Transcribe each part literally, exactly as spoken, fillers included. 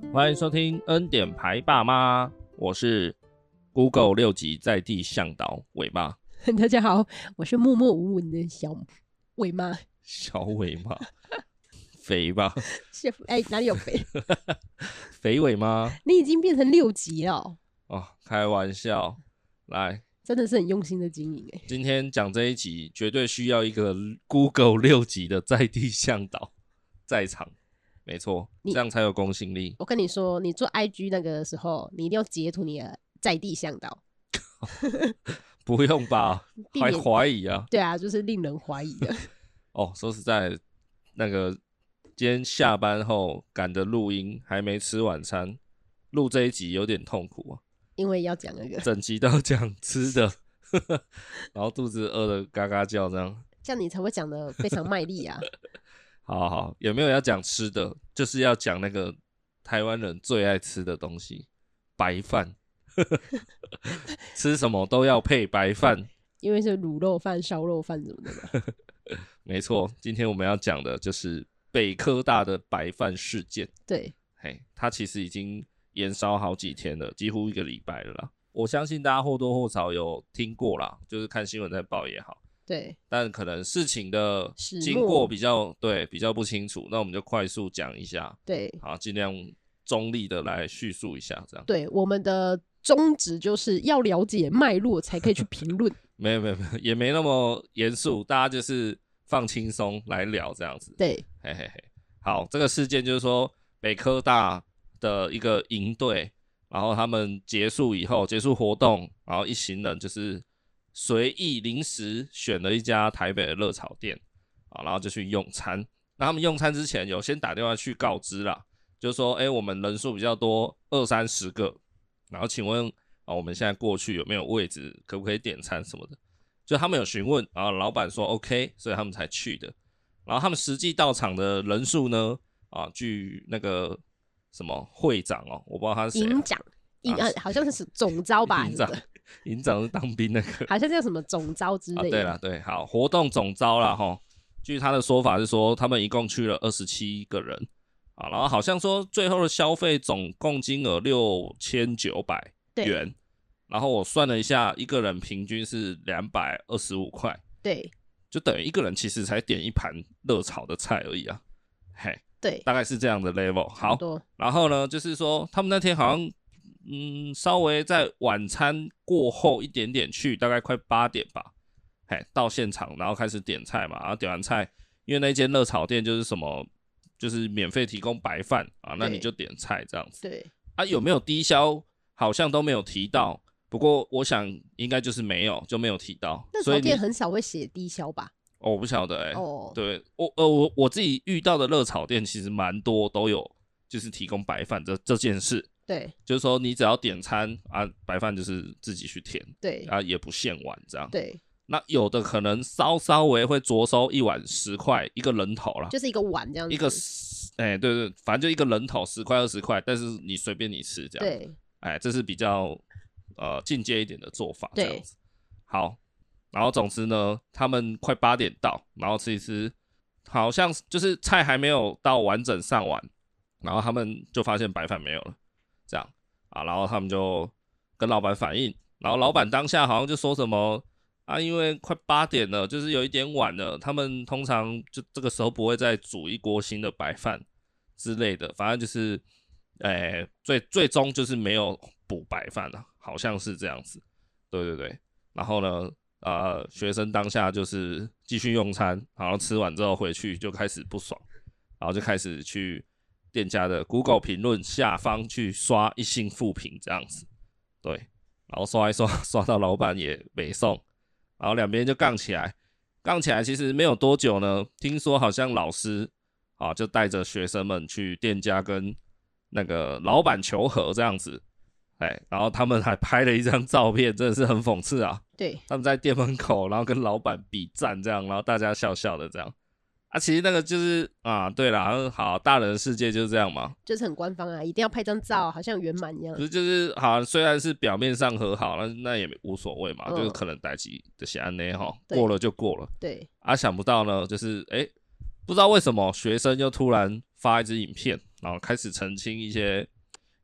欢迎收听恩典牌爸妈，我是 Google 六级在地向导伟妈。 大家好，我是默默无闻的小伟妈。 小伟妈，肥吧？ 哎、欸，哪里有肥？ 肥伟妈， 你已经变成六级了哦。 哦，开玩笑，来， 真的是很用心的经营哎。 今天讲这一集，绝对需要一个 Google 六级的在地向导在场。没错，这样才有公信力。 我跟你说，你做 I G 那个时候，你一定要截图你的在地向导。 不用吧？还怀疑啊？ 对啊，就是令人怀疑的。 哦，说实在，那个今天下班后赶着录音，还没吃晚餐，录这一集有点痛苦啊。 因为要讲那个， 整集都讲吃的，然后肚子饿得嘎嘎叫，这样， 这样你才会讲得非常卖力啊。 好好好，有没有要讲吃的？就是要讲那个台湾人最爱吃的东西——白饭。吃什么都要配白饭， 因为是卤肉饭、烧肉饭什么的吧。 没错，今天我们要讲的就是北科大的白饭事件。 对， 嘿，它其实已经延烧好几天了，几乎一个礼拜了啦。我相信大家或多或少有听过啦，就是看新闻在报也好。 对， 但可能事情的经过比较对比较不清楚，那我们就快速讲一下。 对， 好，尽量中立的来叙述一下，这样。 对，我们的宗旨就是要了解脉络才可以去评论。 没有没有没有，也没那么严肃，大家就是放轻松来聊这样子。 对， 嘿嘿嘿。好，这个事件就是说北科大的一个营队，然后他们结束以后，结束活动，然后一行人就是随意临时选了一家台北的热炒店啊，然后就去用餐。那他们用餐之前有先打电话去告知啦，就是说，哎、欸，我们人数比较多，二三十个，然后请问啊，我们现在过去有没有位置，可不可以点餐什么的？就他们有询问，然后老板说 OK， 所以他们才去的。然后他们实际到场的人数呢，啊，据那个什么会长哦，我不知道他是谁、啊， 营长，营、啊、好像是总召吧， 营长。营长是当兵那个， 好像叫什么总召之类的。啊、 对啦，对，好，活动总召啦齁。据他的说法是说，他们一共去了二十七个人啊，然后好像说最后的消费总共金额六千九百元，然后我算了一下，一个人平均是两百二十五块， 对， 就等于一个人其实才点一盘热炒的菜而已啊，嘿， 对， 大概是这样的 level。好，然后呢，就是说他们那天好像。嗯，稍微在晚餐过后一点点去，大概快八点吧，嘿，到现场，然后开始点菜嘛，然后点完菜，因为那间热炒店就是什么，就是免费提供白饭啊，那你就点菜这样子。 对， 啊，有没有低消？好像都没有提到，不过我想应该就是没有，就没有提到。 热炒店很少会写低消吧？ 哦，我不晓得哎、欸。 哦， 对，我呃我我自己遇到的热炒店其实蛮多都有，就是提供白饭这这件事。 对， 就是说你只要点餐啊，白饭就是自己去填， 对， 啊也不限碗这样。 对， 那有的可能稍稍微会着收一碗十块一个人头啦， 就是一个碗这样子。 一个哎、欸、对对，反正就一个人头十块二十块，但是你随便你吃这样。 对， 哎、欸，这是比较呃进阶一点的做法这样子。好，然后总之呢，他们快八点到，然后吃一吃，好像就是菜还没有到完整上完，然后他们就发现白饭没有了。这样啊，然后他们就跟老板反映，然后老板当下好像就说什么啊，因为快八点了，就是有一点晚了，他们通常就这个时候不会再煮一锅新的白饭之类的，反正就是，诶，最最终就是没有补白饭了，好像是这样子，对对对，然后呢，呃，学生当下就是继续用餐，然后吃完之后回去就开始不爽，然后就开始去。店家的 Google 评论下方去刷一星负评这样子，对，然后刷一刷，刷到老板也没送，然后两边就杠起来，杠起来其实没有多久呢，听说好像老师啊就带着学生们去店家跟那个老板求和这样子，哎，然后他们还拍了一张照片，真的是很讽刺啊。 对， 他们在店门口，然后跟老板比赞这样，然后大家笑笑的这样。啊，其实那个就是啊，对啦，好，大人的世界就是这样嘛， 就是很官方啊，一定要拍张照，好像圆满一样。 不是，就是好，虽然是表面上和好，那那也无所谓嘛，嗯、就是可能代志就是安内哈，过了就过了。 对， 啊，想不到呢，就是哎、欸，不知道为什么学生就突然发一支影片，然后开始澄清一些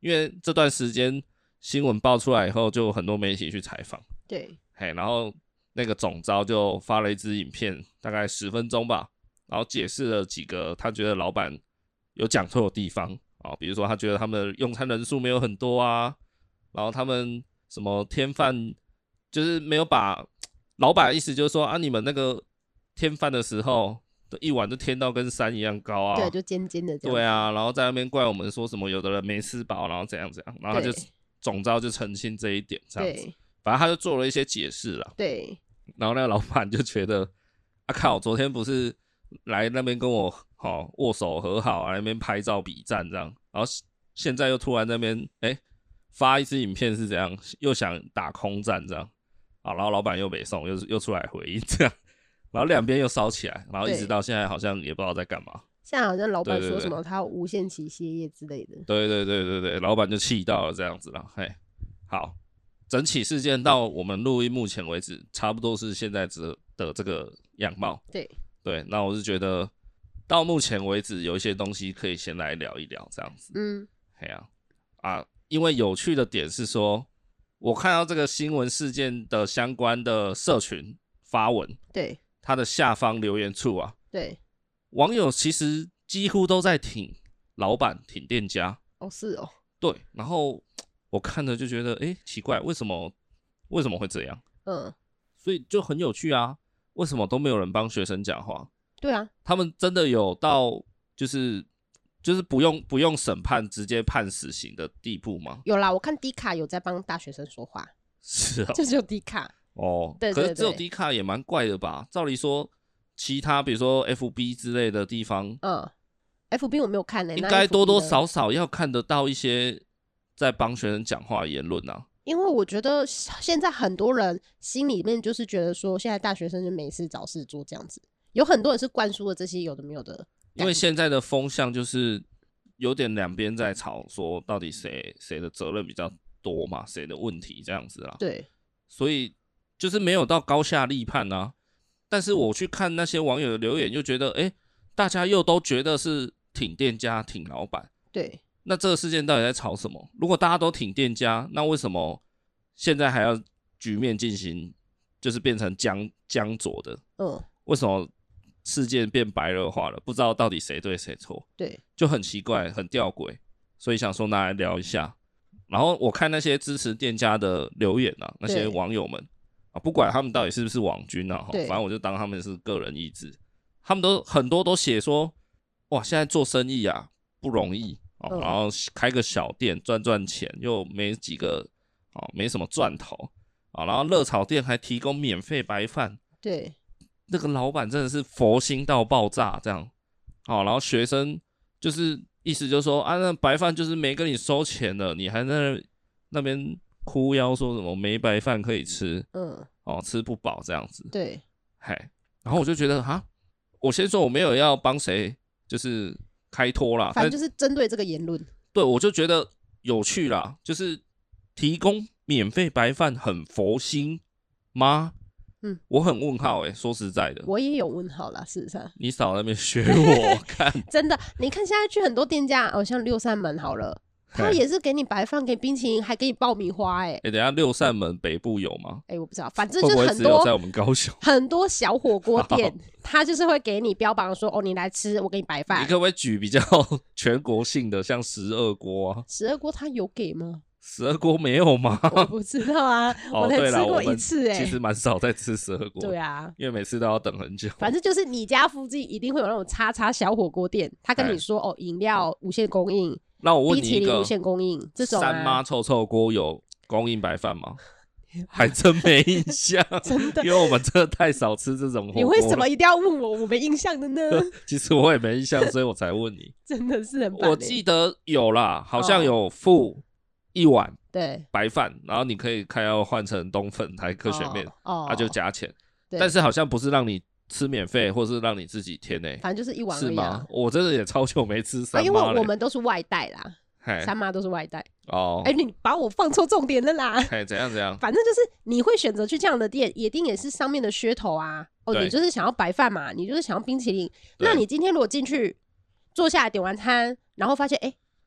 因为这段时间新闻爆出来以后，就有很多媒体去采访， 对， 嘿，然后那个总召就发了一支影片，大概十分钟吧，然后解释了几个他觉得老板有讲错的地方啊，比如说他觉得他们的用餐人数没有很多啊，然后他们什么添饭就是没有把老板的意思就是说啊，你们那个添饭的时候一碗就添到跟山一样高啊， 对，就尖尖的这样， 对啊，然后在那边怪我们说什么有的人没吃饱，然后怎样怎样，然后他就总召就澄清这一点，这样子，反正他就做了一些解释啦。 对， 然后那个老板就觉得，啊靠，昨天不是来那边跟我好、哦、握手和好啊，那边拍照比赞这样，然后现在又突然那边哎、欸、发一支影片是怎样，又想打空战这样，好，然后老板又北宋又又出来回应这样。然后两边又烧起来，然后一直到现在好像也不知道在干嘛。 现在好像老板说什么他要无限期歇业之类的。 对对对对对，老板就气到了这样子了。嘿，好，整起事件到我们录音目前为止，差不多是现在的这个样貌。 对对，那我是觉得到目前为止有一些东西可以先来聊一聊这样子。 嗯， 嘿啊啊，因为有趣的点是说，我看到这个新闻事件的相关的社群发文。 对。 他的下方留言处啊， 对， 网友其实几乎都在挺老板、挺店家。 哦，是哦， 对，然后我看着就觉得，哎，奇怪，为什么为什么会这样？ 嗯， 所以就很有趣啊，为什么都没有人帮学生讲话？ 对啊， 他们真的有到就是就是不用不用审判直接判死刑的地步吗？ 有啦，我看迪卡有在帮大学生说话， 是啊， 就只有迪卡。 哦， 对对对， 可是只有 D 卡也蛮怪的吧？照理说，其他比如说 F B 之类的地方， 嗯 ，F B 我没有看呢、欸， 应该多多少少要看得到一些在帮学生讲话的言论啊。 因为我觉得现在很多人心里面就是觉得说，现在大学生就没事找事做这样子，有很多人是灌输了这些有的没有的。 因为现在的风向就是有点两边在吵，说到底谁谁的责任比较多嘛，谁的问题这样子啦。 对， 所以。就是没有到高下立判啊，但是我去看那些网友的留言，就觉得，哎、欸，大家又都觉得是挺店家、挺老板。 对， 那这个事件到底在吵什么？如果大家都挺店家，那为什么现在还要局面进行，就是变成僵僵着的？ 嗯， 为什么事件变白热化了？不知道到底谁对谁错？ 对， 就很奇怪，很吊诡，所以想说拿来聊一下。然后我看那些支持店家的留言啊，那些网友们。啊，不管他们到底是不是网军啊，反正我就当他们是个人意志。他们都很多都写说，哇，现在做生意啊不容易、哦嗯、然后开个小店赚赚钱又没几个、哦、没什么赚头啊，然后热炒店还提供免费白饭， 对， 那个老板真的是佛心到爆炸这样。好、哦，然后学生就是意思就是说啊，那白饭就是没跟你收钱了，你还在那边。哭腰说什么没白饭可以吃，嗯，哦，吃不饱这样子， 对， 嘿，然后我就觉得哈，我先说我没有要帮谁，就是开脱啦， 反正就是针对这个言论， 对，我就觉得有趣啦，就是提供免费白饭很佛心吗？嗯，我很问号诶、欸，说实在的， 我也有问号啦，事实上， 你少在那边学我看， 真的，你看现在去很多店家，哦，像六扇门好了。他也是给你白饭，给冰淇淋，还给你爆米花、欸，哎、 欸，等一下六扇门北部有吗？ 哎、欸，我不知道，反正就是很多会不会只有在我们高雄很多小火锅店，他就是会给你标榜说，哦，你来吃，我给你白饭。 你可不可以举比较全国性的，像十二锅啊？ 十二锅他有给吗？ 十二锅没有吗？ 我不知道啊， 哦、 我才吃过一次哎、 欸，其实蛮少在吃十二锅。 对啊， 因为每次都要等很久。 反正就是你家附近一定会有那种叉叉小火锅店，他跟你说、欸、哦，饮料无限供应。 那我问你一个， 冰淇淋无限供应，这种、啊、 三妈臭臭锅有供应白饭吗？还真没印象， 真的， 因为我们真的太少吃这种火锅。 你为什么一定要问我？我没印象的呢？ 其实我也没印象，所以我才问你。 真的是很棒、欸， 我记得有啦，好像有付一碗对白饭、哦，然后你可以看要换成冬粉还科学面， 哦， 那、啊、就加钱。但是好像不是让你吃免费，或是让你自己添诶、欸， 反正就是一碗而已、啊。 是吗？我真的也超久没吃三妈、 啊、因为我们都是外带啦，三妈都是外带哦。 哎、欸，你把我放错重点了啦！ 哎，怎样怎样？ 反正就是你会选择去这样的店，一定也是上面的噱头啊。哦，你就是想要白饭嘛，你就是想要冰淇淋。那你今天如果进去坐下来点完餐，然后发现哎、欸，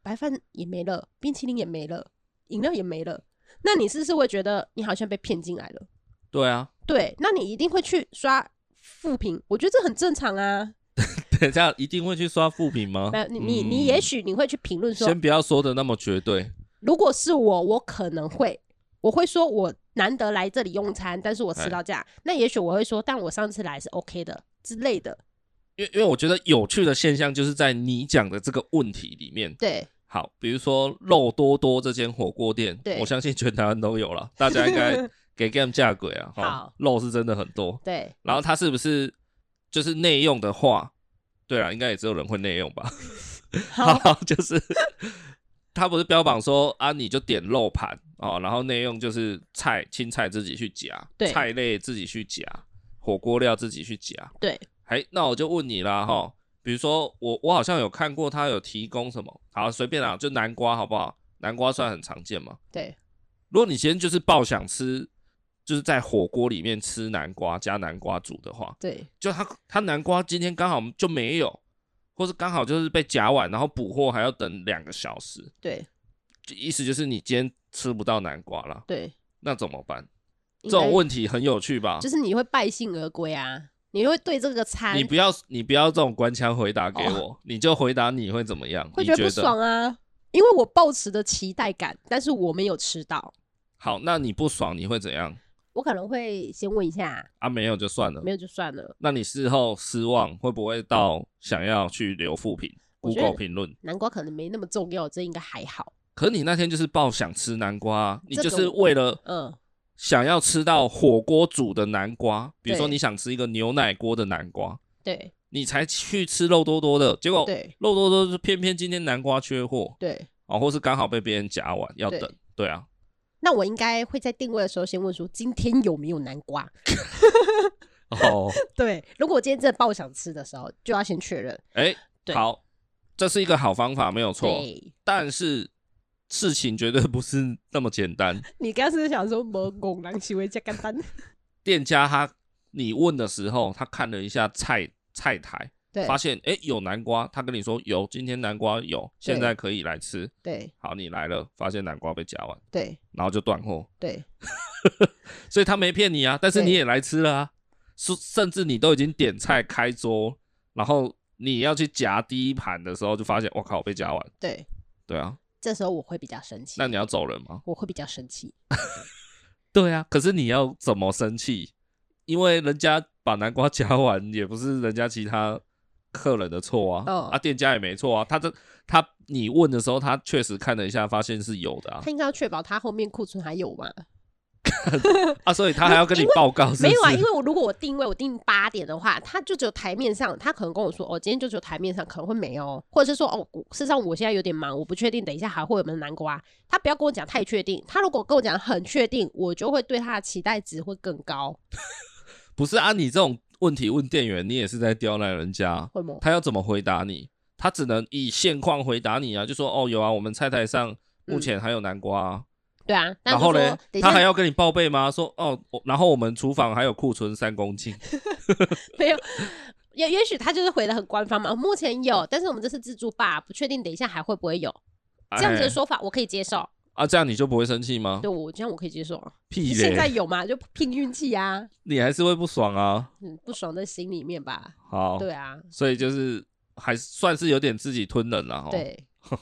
白饭也没了，冰淇淋也没了，饮料也没了，那你是不是会觉得你好像被骗进来了？ 对啊， 对，那你一定会去刷负评，我觉得这很正常啊。 等一下一定会去刷负评吗？ 没有，你你你也许你会去评论说， 先不要说的那么绝对。 如果是我，我可能会，我会说我难得来这里用餐，但是我吃到这样，那也许我会说，但我上次来是 OK 的之类的。 因为因为我觉得有趣的现象就是在你讲的这个问题里面。 对， 好，比如说肉多多这间火锅店， 对， 我相信全台湾都有了，大家应该给 game 价轨啊。 好， 肉是真的很多。 对， 然后它是不是就是内用的话？对啦，应该也只有人会内用吧。好，就是他不是标榜说啊，你就点肉盘哦，然后内用就是菜青菜自己去夹，菜类自己去夹，火锅料自己去夹。 对， 哎，那我就问你啦哈，比如说我我好像有看过他有提供什么，好随便啦，就南瓜好不好？南瓜算很常见嘛。 对， 如果你今天就是爆想吃。就是在火锅里面吃南瓜加南瓜煮的话， 对， 就他他南瓜今天刚好就没有，或是刚好就是被夹完，然后补货还要等两个小时， 对， 意思就是你今天吃不到南瓜了， 对， 那怎么办？这种问题很有趣吧？ 就是你会败兴而归啊，你会对这个餐， 你不要你不要这种官腔回答给我，哦、你就回答你会怎么样？ 会觉得不爽啊，因为我抱持的期待感，但是我没有吃到。 好，那你不爽你会怎样？ 我可能会先问一下啊，没有就算了， 没有就算了。 那你事后失望会不会到想要去留负评 Google 评论？ 南瓜可能没那么重要，这应该还好。 可你那天就是爆想吃南瓜、啊，你就是为了嗯想要吃到火锅煮的南瓜，比如说你想吃一个牛奶锅的南瓜， 对， 你才去吃肉多多的，结果肉多多是偏偏今天南瓜缺货， 对， 哦，或是刚好被别人夹完要等，对，对啊。 那我应该会在定位的时候先问说，今天有没有南瓜？哦，对，如果我今天真的爆想吃的时候，就要先确认。 哎、欸，好，这是一个好方法，没有错。但是事情绝对不是那么简单。 你刚刚是想说，没工人行为加简单？ 店家他你问的时候，他看了一下菜菜台。发现哎、欸、有南瓜，他跟你说有，今天南瓜有，现在可以来吃。 对， 好，你来了，发现南瓜被夹完， 对， 然后就断货。 对， 所以他没骗你啊，但是你也来吃了啊，甚至你都已经点菜开桌，然后你要去夹第一盘的时候，就发现我靠被夹完。 对， 对啊， 这时候我会比较生气。 那你要走人吗？ 我会比较生气。 对啊，可是你要怎么生气？因为人家把南瓜夹完，也不是人家其他客人的错啊， oh. 啊，店家也没错啊。他这他你问的时候，他确实看了一下，发现是有的啊。 他应该要确保他后面库存还有嘛？ 啊，所以他还要跟你报告是不是？ 没有啊，因为我如果我定位我定八点的话，他就只有台面上，他可能跟我说哦，今天就只有台面上可能会没有，或者是说哦，事实上我现在有点忙，我不确定，等一下还会有没有南瓜。他不要跟我讲太确定，他如果跟我讲很确定，我就会对他的期待值会更高。 不是啊，你这种问题问店员，你也是在刁难人家。他要怎么回答你？他只能以现况回答你啊，就说哦有啊，我们菜台上目前还有南瓜啊。嗯、 对啊， 然后呢，他还要跟你报备吗？说哦，然后我们厨房还有库存三公斤。 没有，也也许他就是回得很官方嘛。目前有，但是我们这是自助吧，不确定等一下还会不会有。这样子的说法我可以接受。 啊，这样你就不会生气吗？ 对，我这样我可以接受啊。 屁嘞！ 现在有嘛，就拼运气啊。 你还是会不爽啊？ 嗯，不爽在心里面吧。 好， 对啊， 所以就是还算是有点自己吞忍了哈。 对。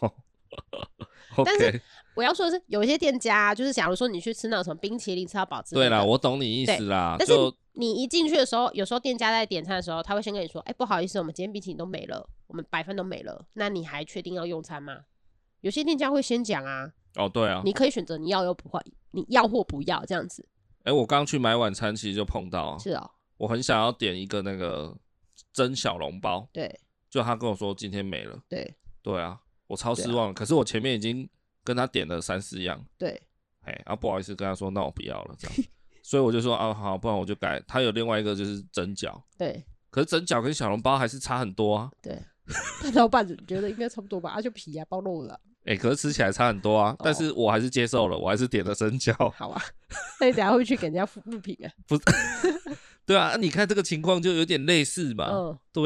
okay. 但是我要说的是，有一些店家，就是假如说你去吃那种什么冰淇淋、吃到饱之类的。 对啦，我懂你意思啦。 但是你一进去的时候，有时候店家在点餐的时候，他会先跟你说：“哎、欸，不好意思，我们今天冰淇淋都没了，我们白饭都没了，那你还确定要用餐吗？”有些店家会先讲啊。 哦，对啊， 你可以选择你要又不会，你要或不要这样子。 哎、欸，我刚去买晚餐，其实就碰到， 是哦， 我很想要点一个那个蒸小笼包， 对， 就他跟我说今天没了， 对， 对啊，我超失望、啊。可是我前面已经跟他点了三四样， 对， 哎，啊不好意思跟他说，那我不要了这样，所以我就说啊好，不然我就改。他有另外一个就是蒸饺， 对， 可是蒸饺跟小笼包还是差很多啊， 对，但老板觉得应该差不多吧，啊就皮啊包肉了。 哎、欸，可是吃起来差很多啊， oh. 但是我还是接受了，我还是点了蒸饺。 好啊，那你等一下会去给人家复评啊？ 不是，对啊，你看这个情况就有点类似嘛。嗯，对啊，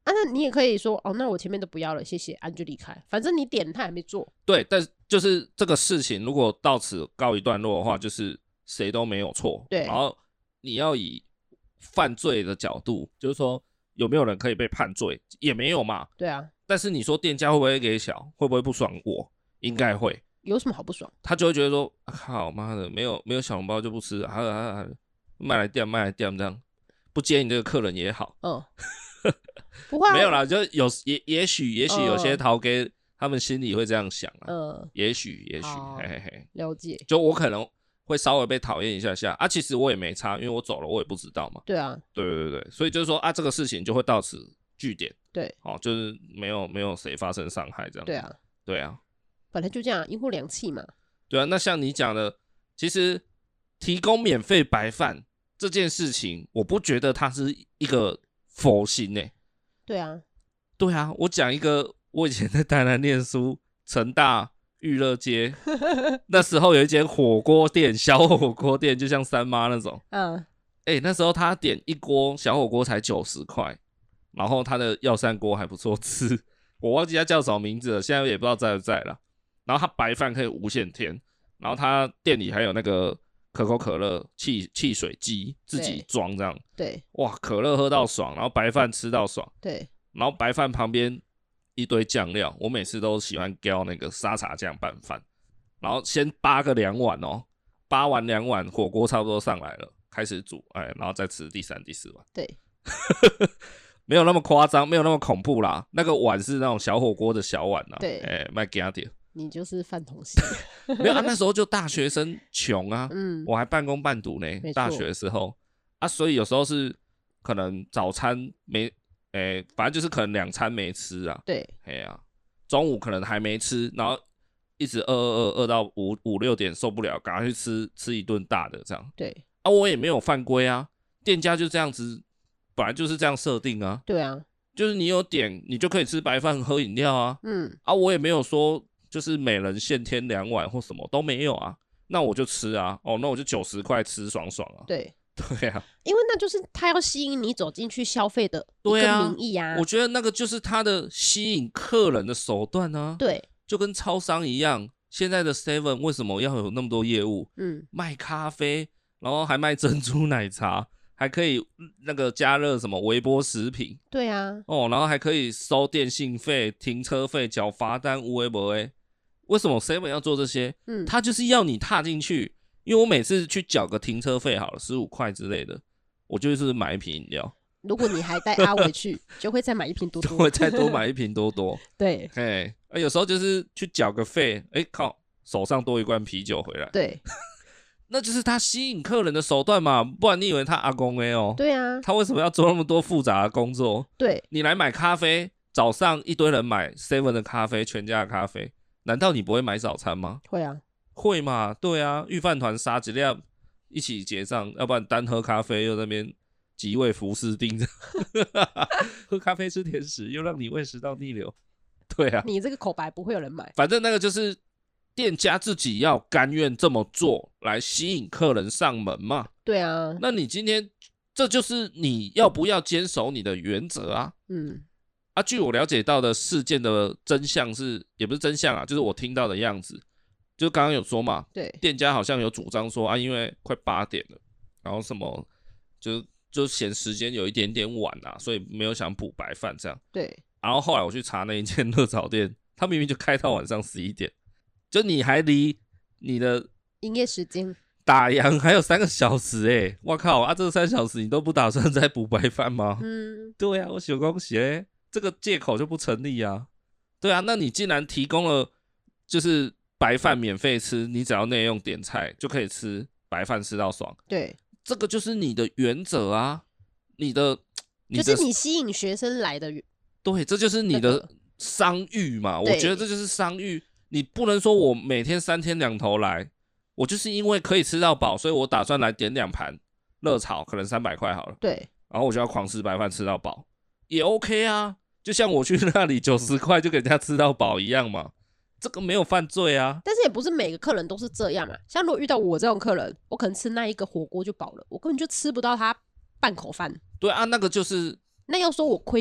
啊，那你也可以说哦，那我前面都不要了，谢谢，啊，你就离开，反正你点他还没做。 对，但就是这个事情如果到此告一段落的话，就是谁都没有错。 对， 然后你要以犯罪的角度，就是说有没有人可以被判罪，也没有嘛。 对啊。 但是你说店家会不会给小，会不会不爽我？应该会。 有什么好不爽？ 他就会觉得说，靠妈的，没有没有小笼包就不吃，啊啊啊，卖来店卖来店这样，不接你这个客人也好。 嗯，不会、啊， 没有啦，就有也也许也许有些陶给他们心里会这样想啊。嗯，也许也许，嘿嘿嘿， 了解。 就我可能会稍微被讨厌一下下啊，其实我也没差，因为我走了，我也不知道嘛。 对啊， 对对对，所以就是说啊，这个事情就会到此据点。 对， 哦，就是没有没有谁发生伤害这样。 对啊， 对啊， 本来就这样，因祸两气嘛。 对啊，那像你讲的，其实提供免费白饭这件事情，我不觉得它是一个佛心诶、欸。 对啊， 对啊，我讲一个，我以前在台南念书，成大育乐街那时候有一间火锅店，小火锅店，就像三妈那种。嗯，哎、欸，那时候他点一锅小火锅才九十块，然后他的药膳锅还不错吃，我忘记他叫什么名字了，现在也不知道在不在了。然后他白饭可以无限添，然后他店里还有那个可口可乐汽汽水机自己装这样。 对， 哇，可乐喝到爽，然后白饭吃到爽。 对， 然后白饭旁边一堆酱料，我每次都喜欢叫那个沙茶酱拌饭，然后先扒个两碗哦，扒完两碗火锅差不多上来了，开始煮，哎，然后再吃第三、第四碗。 对。 没有那么夸张，没有那么恐怖啦。那个碗是那种小火锅的小碗啦。 对， 哎，卖给他点。 你就是饭桶系。 没有啊，那时候就大学生穷啊，嗯，我还半工半读呢，大学的时候啊，所以有时候是可能早餐没，哎，反正就是可能两餐没吃啊。 对， 哎呀、啊，中午可能还没吃，然后一直饿饿饿饿到五五六点受不了，赶快去吃吃一顿大的这样。 对， 啊，我也没有犯规啊，店家就这样子。本来就是这样设定啊， 对啊， 就是你有点，你就可以吃白饭喝饮料啊，嗯，啊，我也没有说就是每人限添两碗或什么都没有啊，那我就吃啊，哦，那我就九十块吃爽爽啊， 对， 对啊， 因为那就是他要吸引你走进去消费的一个名义啊， 我觉得那个就是他的吸引客人的手段啊， 对， 就跟超商一样，现在的 seven 为什么要有那么多业务？嗯，卖咖啡，然后还卖珍珠奶茶。还可以那个加热什么微波食品， 对啊， 哦，然后还可以收电信费、停车费、缴罚单，无为不为。为什么 seven 要做这些？嗯，他就是要你踏进去，因为我每次去缴个停车费好了，十五块之类的，我就是买一瓶饮料。 如果你还带阿伟去，就会再买一瓶多多， 就会再多买一瓶多多。 对， 哎，啊，有时候就是去缴个费，哎靠，手上多一罐啤酒回来。 对。 那就是他吸引客人的手段嘛，不然你以为他阿公哎哦？ 对啊， 他为什么要做那么多复杂的工作？ 对， 你来买咖啡，早上一堆人买 seven 的咖啡，全家的咖啡，难道你不会买早餐吗？ 会啊， 会嘛？对啊，御饭团杀几辆一起结账，要不然单喝咖啡又在那边几位服侍盯着，喝咖啡吃甜食又让你胃食道逆流。对啊， 你这个口白不会有人买， 反正那个就是。店家自己要甘愿这么做来吸引客人上门嘛？ 对啊， 那你今天这就是你要不要坚守你的原则啊？嗯，啊，据我了解到的事件的真相是，也不是真相啊，就是我听到的样子，就刚刚有说嘛， 对， 店家好像有主张说啊，因为快八点了，然后什么就就嫌时间有一点点晚啊，所以没有想补白饭这样。 对， 然后后来我去查那一间热炒店，他明明就开到晚上十一点。就你还离你的营业时间打烊还有三个小时哎、欸，我靠啊！这三小时你都不打算再补白饭吗？嗯，对啊，我想恭喜哎，这个借口就不成立啊。对啊，那你既然提供了就是白饭免费吃，你只要内用点菜就可以吃白饭吃到爽。 对， 这个就是你的原则啊，你的，你的就是你吸引学生来的。 对，这就是你的商誉嘛。我觉得这就是商誉。你不能说我每天三天两头来，我就是因为可以吃到饱，所以我打算来点两盘热炒，可能三百块好了。 对， 然后我就要狂吃白饭吃到饱，也 OK 啊。就像我去那里九十块就给人家吃到饱一样嘛，这个没有犯罪啊。 但是也不是每个客人都是这样嘛。像如果遇到我这种客人，我可能吃那一个火锅就饱了，我根本就吃不到他半口饭。 对啊，那个就是那要说我亏吗？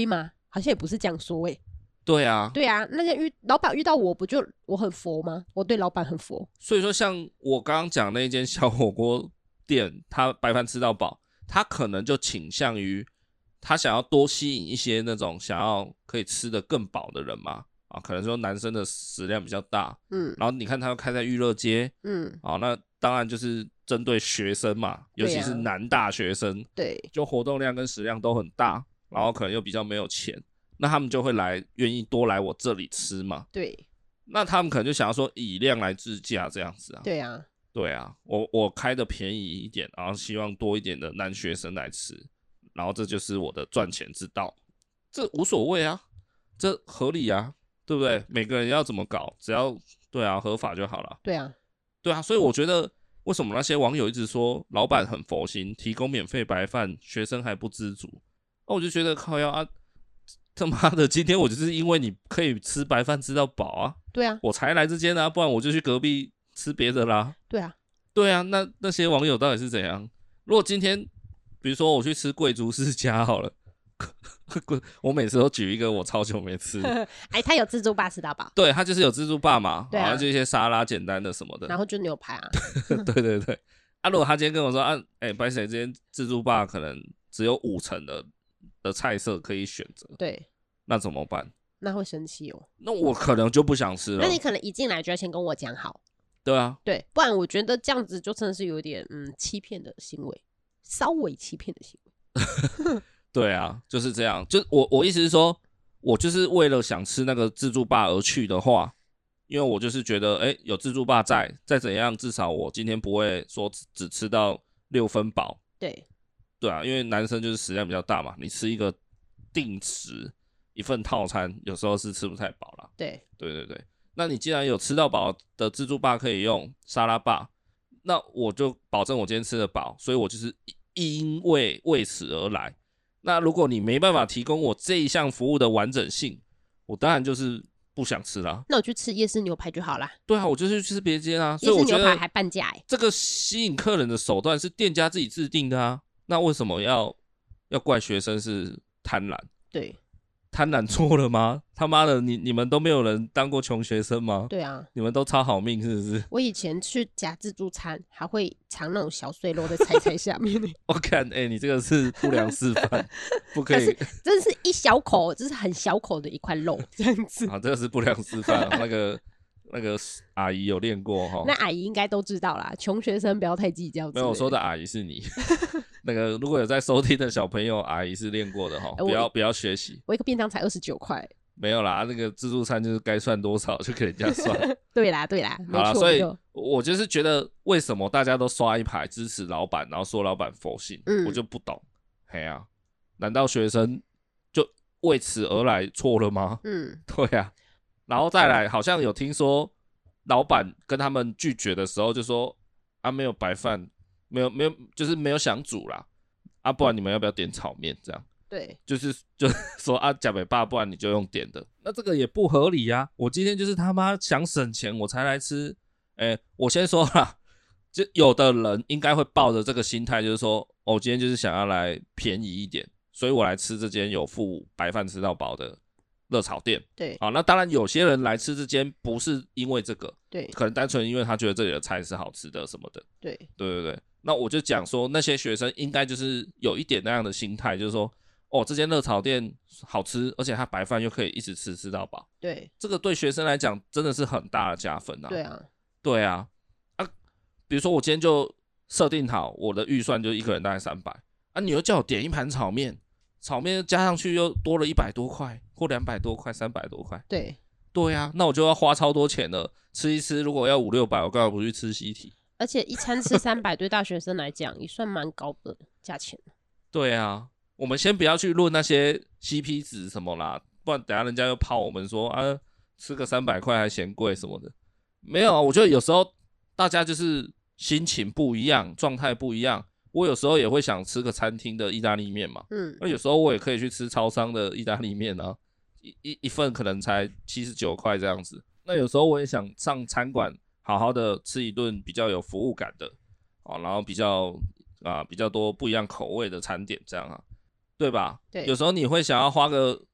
好像也不是这样说诶、欸。 对啊， 对啊，那些遇老板遇到我不就我很佛吗？我对老板很佛。 所以说像我刚刚讲那间小火锅店，他白饭吃到饱，他可能就倾向于他想要多吸引一些那种想要可以吃得更饱的人嘛。啊，可能说男生的食量比较大，嗯，然后你看他又开在娱乐街，嗯，啊，那当然就是针对学生嘛，尤其是男大学生， 对， 就活动量跟食量都很大，然后可能又比较没有钱，那他们就会来愿意多来我这里吃嘛， 对， 那他们可能就想要说以量来制价这样子啊， 对啊， 对啊，我我开的便宜一点，然后希望多一点的男学生来吃，然后这就是我的赚钱之道，这无所谓啊，这合理啊。对不对？每个人要怎么搞，只要对啊合法就好了。 对啊， 对啊，所以我觉得为什么那些网友一直说老板很佛心，提供免费白饭，学生还不知足？哦，我就觉得靠腰啊，他妈的，今天我就是因为你可以吃白饭吃到饱啊， 对啊， 我才来这间啊，不然我就去隔壁吃别的啦。 对啊， 对啊，那那些网友到底是怎样？如果今天比如说我去吃贵族世家好了。我每次都举一个我超久没吃哎，他有自助吧吃到饱， 对，他就是有自助吧嘛， 对啊， 然后就一些沙拉简单的什么的， 然后就牛排啊， 对对对，啊，如果他今天跟我说啊，哎、欸，白水这间自助吧可能只有五成的的菜色可以选择， 对， 那怎么办？ 那会生气哦， 那我可能就不想吃了。 那你可能一进来就要先跟我讲好， 对啊， 对，不然我觉得这样子就真的是有点嗯欺骗的行为，稍微欺骗的行为。 对啊，就是这样。就我我意思是说，我就是为了想吃那个自助吧而去的话，因为我就是觉得，哎、欸，有自助吧在，再怎样，至少我今天不会说只吃到六分饱。 对， 对啊，因为男生就是食量比较大嘛，你吃一个定时一份套餐，有时候是吃不太饱啦。 对， 对对对。那你既然有吃到饱的自助吧可以用沙拉吧，那我就保证我今天吃得饱，所以我就是因为为此而来。那如果你没办法提供我这一项服务的完整性，我当然就是不想吃啦。 那我去吃夜市牛排就好啦。 对啊，我就是去吃别间啊。所以我觉得夜市牛排还半价哎、欸。 这个吸引客人的手段是店家自己制定的啊。那为什么要要怪学生是贪婪？ 对， 贪婪错了吗？他妈的，你你们都没有人当过穷学生吗？ 对啊， 你们都超好命是不是？ 我以前去夹自助餐，还会藏那种小碎肉在菜菜下面。 我看，哎、欸，你这个是不良示范，不可以。 但是真是一小口，就是很小口的一块肉这样子。 啊，这个是不良示范。那个那个阿姨有练过哈。 那阿姨应该都知道啦，穷学生不要太计较。 没有，我说的阿姨是你。那个如果有在收听的小朋友，阿姨是练过的哈，不要不要学习。 我一个便当才二十九块。 没有啦，那个自助餐就是该算多少就给人家算。 对啦对啦， 好啦，所以我就是觉得为什么大家都刷一排支持老板，然后说老板佛系、嗯，我就不懂。嘿啊，难道学生就为此而来错了吗？嗯，对啊。然后再来，好像有听说老板跟他们拒绝的时候就说啊，没有白饭，没有没有，就是没有想煮啦。啊，不然你们要不要点炒面这样？ 对， 就是就是说啊，假北爸，不然你就用点的，那这个也不合理啊！我今天就是他妈想省钱，我才来吃。哎、欸，我先说啦，就有的人应该会抱着这个心态，就是说，我、哦、今天就是想要来便宜一点，所以我来吃这间有附白饭吃到饱的热炒店。 对， 好，那当然有些人来吃这间不是因为这个， 对， 可能单纯因为他觉得这里的菜是好吃的什么的。 对， 对对对。那我就讲说，那些学生应该就是有一点那样的心态，就是说。哦，这间热炒店好吃，而且它白饭又可以一直吃吃到饱。 对， 这个对学生来讲真的是很大的加分啊。 对啊， 对啊，啊，比如说我今天就设定好我的预算就一个人大概三百，啊，你又叫我点一盘炒面，炒面加上去又多了一百多块，或两百多块、三百多块。 对， 对啊，那我就要花超多钱了，吃一吃，如果要五六百，我干嘛不去吃西体？ 而且一餐吃三百，对大学生来讲也算蛮高的价钱。 对啊。我们先不要去论那些 C P 值什么啦，不然等下人家又泡我们说啊，吃个三百块还嫌贵什么的。没有啊，我觉得有时候大家就是心情不一样，状态不一样。我有时候也会想吃个餐厅的意大利面嘛，嗯，那有时候我也可以去吃超商的意大利面啊，一一一份可能才七十九块这样子。那有时候我也想上餐馆好好的吃一顿比较有服务感的，哦，然后比较啊比较多不一样口味的餐点这样啊。对吧？ 对， 有时候你会想要花个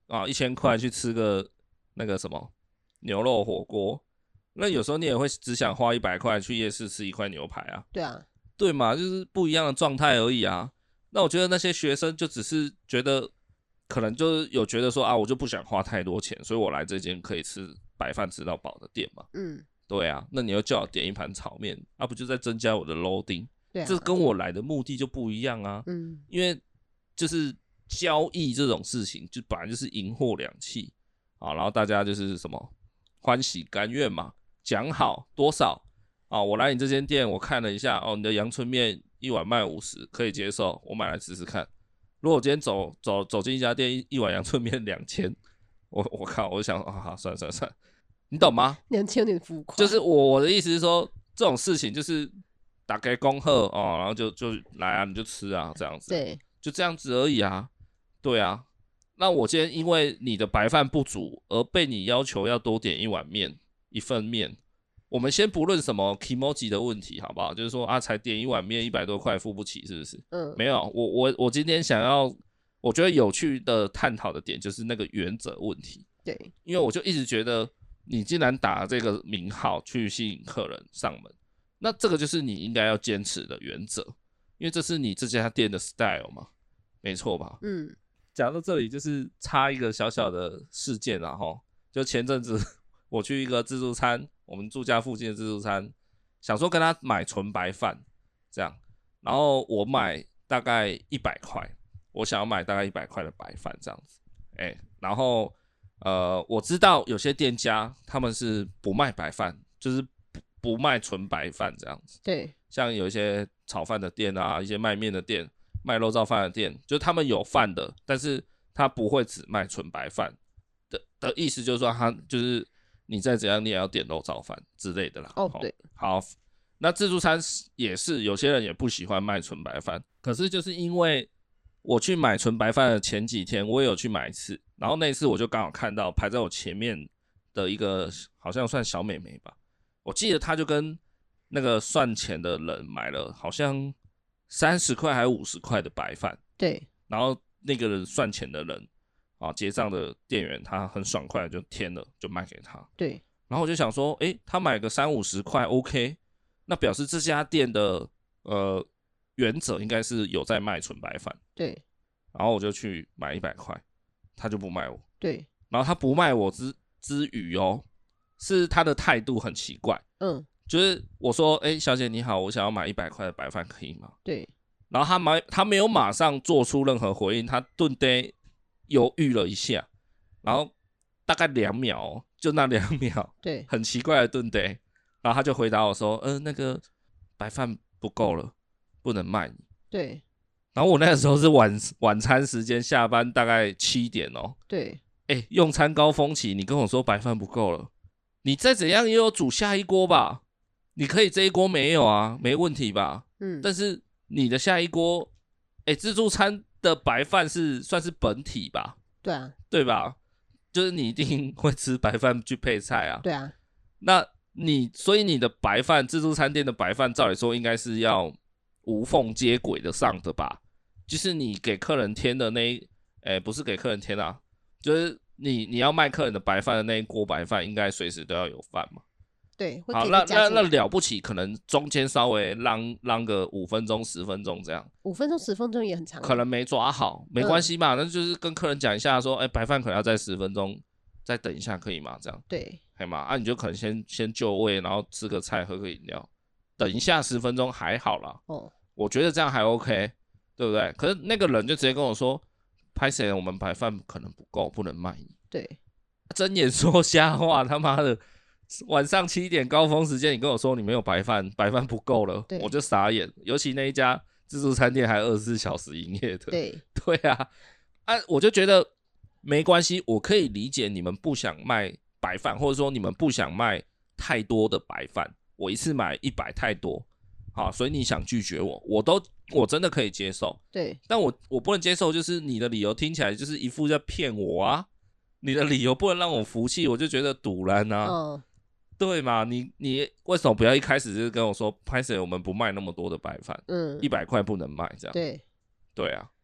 啊一千块去吃个那个什么牛肉火锅，那有时候你也会只想花一百块去夜市吃一块牛排啊。 对啊， 对嘛，就是不一样的状态而已啊。那我觉得那些学生就只是觉得，可能就是有觉得说啊，我就不想花太多钱，所以我来这间可以吃白饭吃到饱的店嘛。 嗯， 对啊，那你又叫我点一盘炒面，啊不就在增加我的 loading？ 对啊， 这跟我来的目的就不一样啊。 嗯， 因为就是交易这种事情，就本来就是银货两讫啊，然后大家就是什么欢喜甘愿嘛，讲好多少啊，我来你这间店，我看了一下，哦，你的阳春面一碗卖五十，可以接受，我买来试试看。如果我今天走走走进一家店，一碗阳春面两千，我我靠，我就想啊，算了算了算了，你懂吗？ 两千有点浮夸。 就是我我的意思是说，这种事情就是打给恭贺哦，然后就就来啊，你就吃啊，这样子， 对， 就这样子而已啊，对啊。那我今天因为你的白饭不足，而被你要求要多点一碗面，一份面。我们先不论什么 kimoji 的问题，好不好？就是说啊，才点一碗面一百多块付不起，是不是？ 嗯， 没有，我我我今天想要，我觉得有趣的探讨的点就是那个原则问题。 对， 因为我就一直觉得，你既然打这个名号去吸引客人上门，那这个就是你应该要坚持的原则，因为这是你这家店的 style 嘛，没错吧？ 嗯， 讲到这里就是插一个小小的事件啊，齁，就前阵子我去一个自助餐，我们住家附近的自助餐，想说跟他买纯白饭这样，然后我买大概一百块，我想要买大概一百块的白饭这样子，哎、欸，然后呃，我知道有些店家他们是不卖白饭，就是不不卖纯白饭这样子， 对， 像有一些炒饭的店啊，一些卖面的店，卖肉燥饭的店，就他们有饭的，但是他不会只卖纯白饭的的意思，就是说他就是你再怎样你也要点肉燥饭之类的啦。 哦，对， 好，那自助餐也是有些人也不喜欢卖纯白饭，可是就是因为我去买纯白饭的前几天，我也有去买一次，然后那一次我就刚好看到排在我前面的一个好像算小美眉吧，我记得她就跟那个算钱的人买了好像三十块还五十块的白饭， 对， 然后那个人算钱的人啊，结账的店员他很爽快就填了，就卖给他。 对， 然后我就想说，诶，他买个三五十块 OK， 那表示这家店的呃原则应该是有在卖纯白饭。 对， 然后我就去买一百块，他就不卖我。 对， 然后他不卖我之之余哦，是他的态度很奇怪。 嗯， 就是我说，哎，小姐你好，我想要买一百块的白饭，可以吗？ 对， 然后他买，他没有马上做出任何回应，他顿呆犹豫了一下，然后大概两秒、哦，就那两秒， 对， 很奇怪的顿呆，然后他就回答我说，嗯、呃，那个白饭不够了，不能卖你。 对， 然后我那个时候是晚晚餐时间，下班大概七点哦。 对， 哎，用餐高峰期，你跟我说白饭不够了，你再怎样也有煮下一锅吧？你可以这一锅没有啊，没问题吧？ 嗯， 但是你的下一锅，哎，自助餐的白饭是算是本体吧？ 对啊， 对吧？就是你一定会吃白饭去配菜啊。 对啊， 那你所以你的白饭，自助餐店的白饭，照理说应该是要无缝接轨的上的吧？就是你给客人添的那一，哎，不是给客人添啊，就是你你要卖客人的白饭的那一锅白饭，应该随时都要有饭嘛。 对，会好，那那那给你加进来了不起，可能中间稍微让让个五分钟、十分钟这样， 五分钟、十分钟也很长啊， 可能没抓好，没关系嘛，那就是跟客人讲一下说，哎，白饭可能要再十分钟，再等一下可以吗？这样， 对， 可以吗？啊，你就可能先先就位，然后吃个菜，喝个饮料，等一下十分钟还好啦。 哦， 我觉得这样还 OK， 对不对？可是那个人就直接跟我说，拍谁？我们白饭可能不够，不能卖你。 对， 睁眼说瞎话，他妈的！晚上七点高峰时间，你跟我说你没有白饭，白饭不够了，我就傻眼。尤其那一家自助餐店还二十四小时营业的， 对， 对啊，啊，我就觉得没关系，我可以理解你们不想卖白饭，或者说你们不想卖太多的白饭，我一次买一百太多，好，所以你想拒绝我，我都我真的可以接受， 对， 但我我不能接受，就是你的理由听起来就是一副在骗我啊，你的理由不能让我服气，我就觉得堵然啊。 嗯， 对嘛？你你为什么不要一开始就跟我说，拍谁我们不卖那么多的白饭， 嗯， 一百块不能卖这样？ 对， 对啊，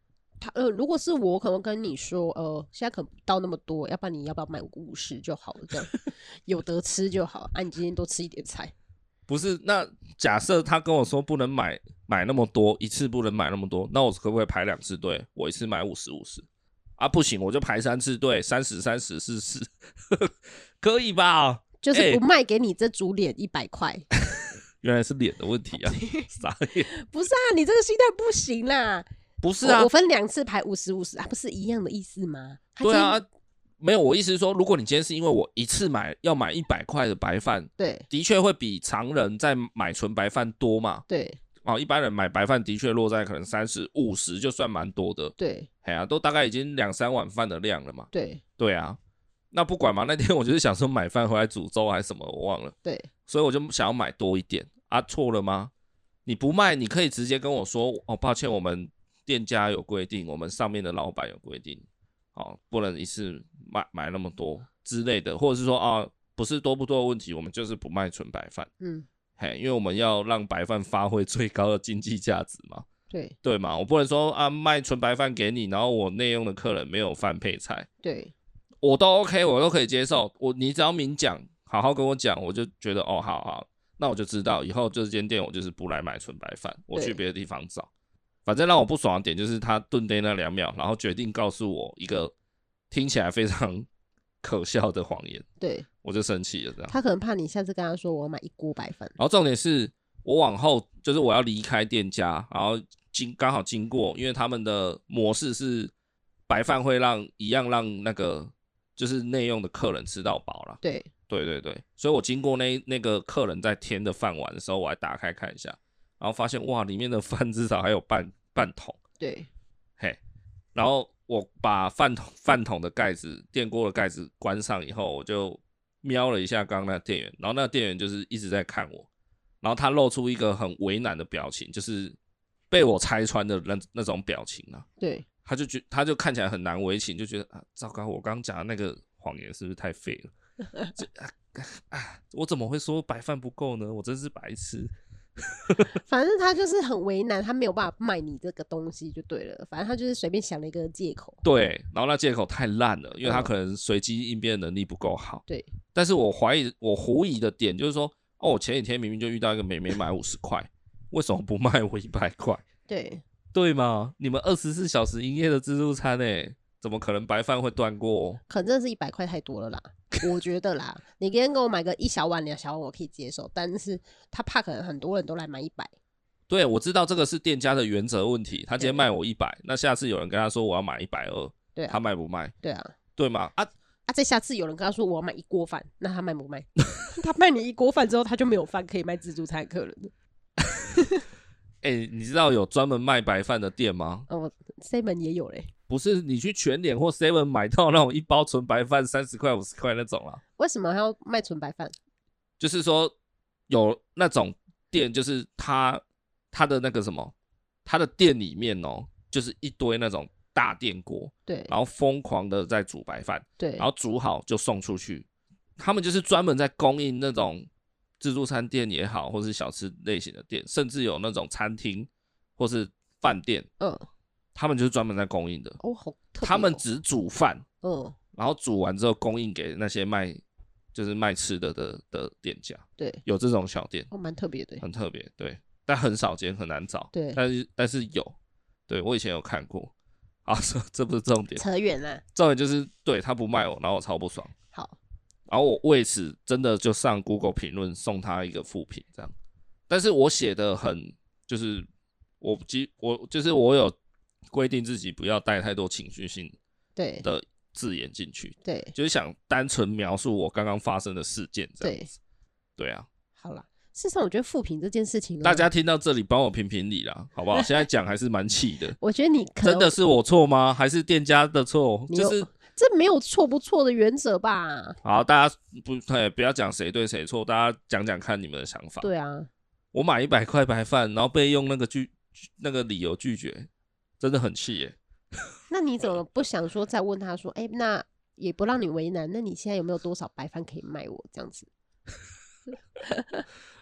他呃，如果是我，可能跟你说，呃，现在可能不到那么多，要不然你要不要买五十就好了，这样有得吃就好。啊，你今天多吃一点菜。 不是，那假设他跟我说不能买买那么多，一次不能买那么多，那我可不可以排两次队？我一次买五十五十啊？不行，我就排三次队，三十三十四十，可以吧？ 就是不卖给你这组脸一百块。 原来是脸的问题啊！傻眼。 不是啊，你这个心态不行啦。 不是啊， 我, 我分两次排五十五十啊，不是一样的意思吗？ 对啊，没有，我意思是说，如果你今天是因为我一次买要买一百块的白饭， 对， 的确会比常人在买纯白饭多嘛。 对， 哦，一般人买白饭的确落在可能三十五十就算蛮多的。 对， 哎呀、啊，都大概已经两三碗饭的量了嘛。 对， 对啊，那不管嘛，那天我就是想说买饭回来煮粥还是什么，我忘了。 对， 所以我就想要买多一点啊，错了吗？你不卖，你可以直接跟我说，哦，抱歉，我们店家有规定，我们上面的老板有规定，哦，不能一次买买那么多之类的，或者是说啊，不是多不多的问题，我们就是不卖纯白饭， 嗯， 嘿，因为我们要让白饭发挥最高的经济价值嘛， 对， 对嘛，我不能说啊卖纯白饭给你，然后我内用的客人没有饭配菜， 对， 我都 OK， 我都可以接受，我你只要明讲，好好跟我讲，我就觉得哦，好好。那我就知道以后这间店我就是不来买纯白饭，我去别的地方找。反正让我不爽的点就是他顿呆那两秒，然后决定告诉我一个听起来非常可笑的谎言， 对， 我就生气了。这样他可能怕你下次跟他说我要买一锅白饭， 然后重点是我往后就是我要离开店家，然后经刚好经过，因为他们的模式是白饭会让一样让那个就是内用的客人吃到饱啦。 对。 对对对，所以我经过那那个客人在添的饭碗的时候，我还打开看一下，然后发现哇，里面的饭至少还有半半桶。 对， 嘿，然后我把饭桶饭桶的盖子、电锅的盖子关上以后，我就瞄了一下刚刚那个店员，然后那个店员就是一直在看我，然后他露出一个很为难的表情，就是被我拆穿的那那种表情啊。 对， 他就觉他就看起来很难为情，就觉得啊，糟糕，我刚刚讲的那个谎言是不是太废了？啊啊！我怎么会说白饭不够呢？我真是白痴。 反正他就是很为难，他没有办法卖你这个东西就对了。反正他就是随便想了一个借口。 对，然后那借口太烂了，因为他可能随机应变的能力不够好。 对， 但是我怀疑，我狐疑的点就是说，哦，我前几天明明就遇到一个妹妹买五十块，为什么不卖我一百块？ 对， 对吗？你们二十四小时营业的自助餐诶，怎么可能白饭会断过？ 可能真的是一百块太多了啦。我觉得啦，你今天跟我买个一小碗两小碗我可以接受，但是他怕可能很多人都来买一百。 对，我知道这个是店家的原则问题，他今天卖我一百，那下次有人跟他说我要买一百二， 对啊， 他卖不卖？对啊， 对吗？啊啊！再下次有人跟他说我要买一锅饭，那他卖不卖？他卖你一锅饭之后，他就没有饭可以卖自助餐客人了。 哎、欸，你知道有专门卖白饭的店吗？ 哦 ，seven 也有嘞。 不是，你去全联或 seven 买到那种一包纯白饭三十块、五十块那种啦。 为什么还要卖纯白饭？ 就是说有那种店，就是他他的那个什么，他的店里面哦，就是一堆那种大电锅， 对， 然后疯狂的在煮白饭， 对， 然后煮好就送出去。他们就是专门在供应那种自助餐店也好，或是小吃类型的店，甚至有那种餐厅或是饭店，嗯。他们就是专门在供应的哦，好特别哦。 他们只煮饭， 嗯， 然后煮完之后供应给那些卖就是卖吃的的的店家。 对， 有这种小店， 哦，蛮特别的， 很特别，对，但很少见，很难找。 对， 但是但是有，对我以前有看过。啊，这这不是重点， 扯远了。 重点就是对他不卖我，然后我超不爽。 好， 然后我为此真的就上 Google 评论送他一个负评，这样。但是我写的很就是我基我就是我有。规定自己不要带太多情绪性的字眼进去， 对， 就是想单纯描述我刚刚发生的事件这样子。对，对啊。 好啦，事实上我觉得负评这件事情， 大家听到这里帮我评评理啦，好不好？现在讲还是蛮气的。 我觉得你真的是我错吗？还是店家的错？就是这没有错不错的原则吧？ 好，大家不对，不要讲谁对谁错，大家讲讲看你们的想法。 对啊， 我买一百块白饭，然后被用那个拒那个理由拒绝。真的很气耶！ 那你怎么不想说再问他说，哎、欸，那也不让你为难，那你现在有没有多少白饭可以卖我这样子？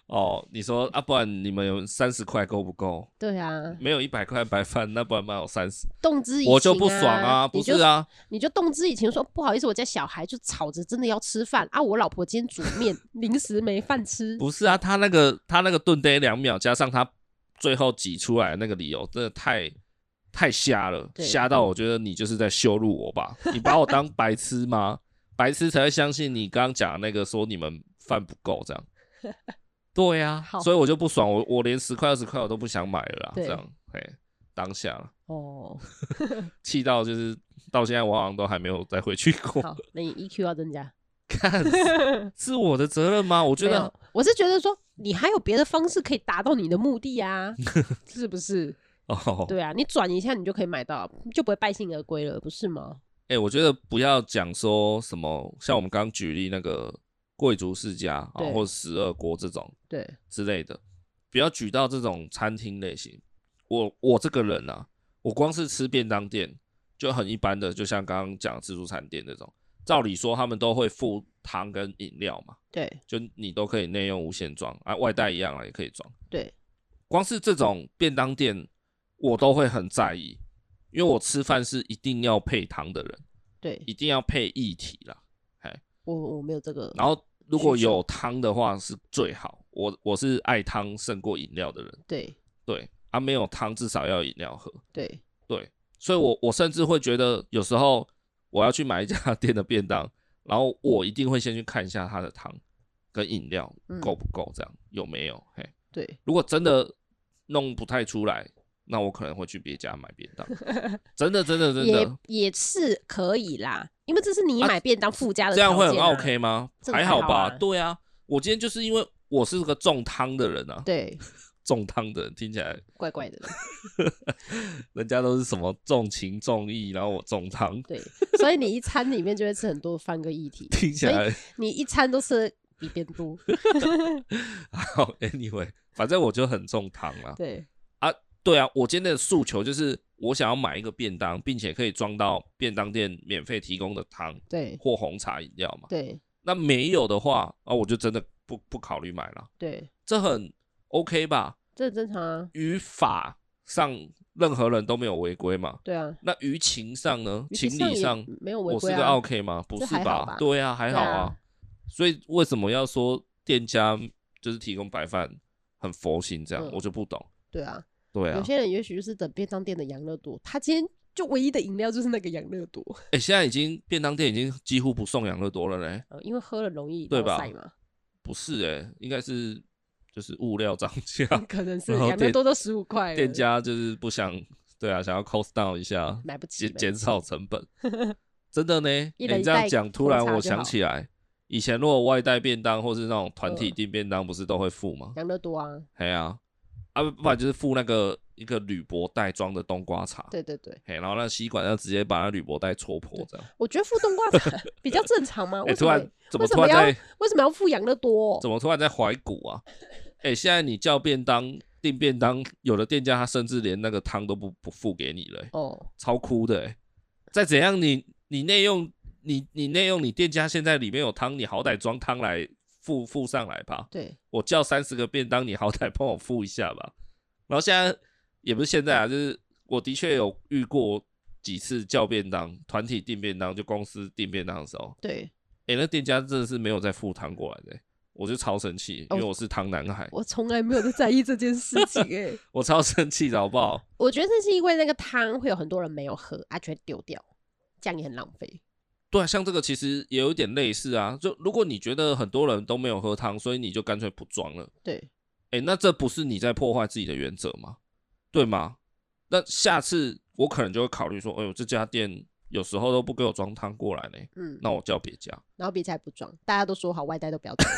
哦，你说啊，不然你们有三十块够不够？ 对啊， 没有一百块白饭，那不然买有三十， 动之以情、啊， 我就不爽啊，不是啊， 你就动之以情说不好意思，我家小孩就吵着真的要吃饭啊，我老婆今天煮面，临时没饭吃。 不是啊，他那个他那个顿呆两秒，加上他最后挤出来的那个理由，真的太太瞎了，瞎到我觉得你就是在羞辱我吧？你把我当白痴吗？白痴才会相信你刚刚讲的那个说你们饭不够这样。对啊，所以我就不爽，我我连十块二十块我都不想买了啦，这样，嘿，当下了，哦，气到就是到现在我好像都还没有再回去过。 好，那你 E Q 要增加， 看是我的责任吗？我觉得， 我是觉得说你还有别的方式可以达到你的目的啊，是不是？哦，对啊，你转一下你就可以买到，就不会败兴而归了，不是吗？ 哎、欸，我觉得不要讲说什么，像我们刚刚举例那个。贵族世家啊，或者十二锅这种，对之类的，不要举到这种餐厅类型。我我这个人啊，我光是吃便当店就很一般的，就像刚刚讲的自助餐店那种，照理说他们都会附汤跟饮料嘛，对，就你都可以内用无限装啊，外带一样啊，也可以装。对，光是这种便当店，我都会很在意，因为我吃饭是一定要配汤的人，对，一定要配液体啦。 我我没有这个， 然后。如果有汤的话是最好，我我是爱汤胜过饮料的人。对对啊，没有汤至少要有饮料喝。对对，所以我我甚至会觉得有时候我要去买一家店的便当，然后我一定会先去看一下它的汤跟饮料够不够，这样、嗯、有没有？嘿，对，如果真的弄不太出来，那我可能会去别家买便当。真的真的真的也, 也是可以啦。因为这是你买便当附加的、啊啊、 这样会很 OK 吗？还好吧，对啊，我今天就是因为我是个重汤的人啊，对，重汤的人听起来怪怪的， 人家都是什么重情重义，然后我重汤， 对，所以你一餐里面就会吃很多饭跟液体， 听起来你一餐都吃比别人多。 好 ，anyway， 反正我就很重汤啦， 对啊，对啊，我今天的诉求就是。我想要买一个便当，并且可以装到便当店免费提供的汤，对，或红茶饮料嘛。对，那没有的话，啊，我就真的不不考虑买了。对，这很 OK 吧？ 这很正常啊。 于法上，任何人都没有违规嘛。 对啊。 那于情上呢？情理上没有违规啊。 我是个 OK 吗？不是吧？ 吧对啊，还好啊。啊所以为什么要说店家就是提供白饭很佛心这样？嗯、我就不懂。 对啊。 对啊， 有些人也许就是等便当店的养乐多，他今天就唯一的饮料就是那个养乐多。 哎、欸，现在已经便当店已经几乎不送养乐多了嘞、 呃，因为喝了容易对吧？ 嘛不是哎、欸，应该是就是物料涨价， 可能是养乐多都十五块， 店家就是不想，对啊，想要 cost down 一下， 买不起， 减少成本。真的呢，欸、你这样讲，突然我想起来，以前如果外带便当或是那种团体订便当，不是都会付吗？ 养乐多啊， 对啊。啊，不然就是附那个一个铝箔袋装的冬瓜茶， 对对对， 嘿，然后那吸管要直接把那铝箔袋戳破，这样。 我觉得附冬瓜茶比较正常吗？ 欸、突然怎么突然在为什么要附养乐多、哦？ 怎么突然在怀古啊？哎、欸，现在你叫便当订便当，有的店家他甚至连那个汤都不不付给你了、欸，哦，超酷的哎、欸！再怎样你你内用你你内用你店家现在里面有汤，你好歹装汤来。附附上来吧，对，我叫三十个便当，你好歹帮我付一下吧。然后现在也不是现在啊，就是我的确有遇过几次叫便当，团体订便当，就公司订便当的时候，对，哎、欸，那店家真的是没有再付汤过来的、欸，我就超生气，因为我是汤男孩， 我从来没有在在意这件事情、欸，哎， 我超生气的好不好？ 我觉得这是因为那个汤会有很多人没有喝，啊，就会丢掉，这样也很浪费。 对啊，像这个其实也有一点类似啊。就如果你觉得很多人都没有喝汤，所以你就干脆不装了。对，哎、欸，那这不是你在破坏自己的原则吗？对吗？那下次我可能就会考虑说，哎呦，这家店有时候都不给我装汤过来呢。嗯，那我叫别家， 然后别家也不装，大家都说好外带都不要装。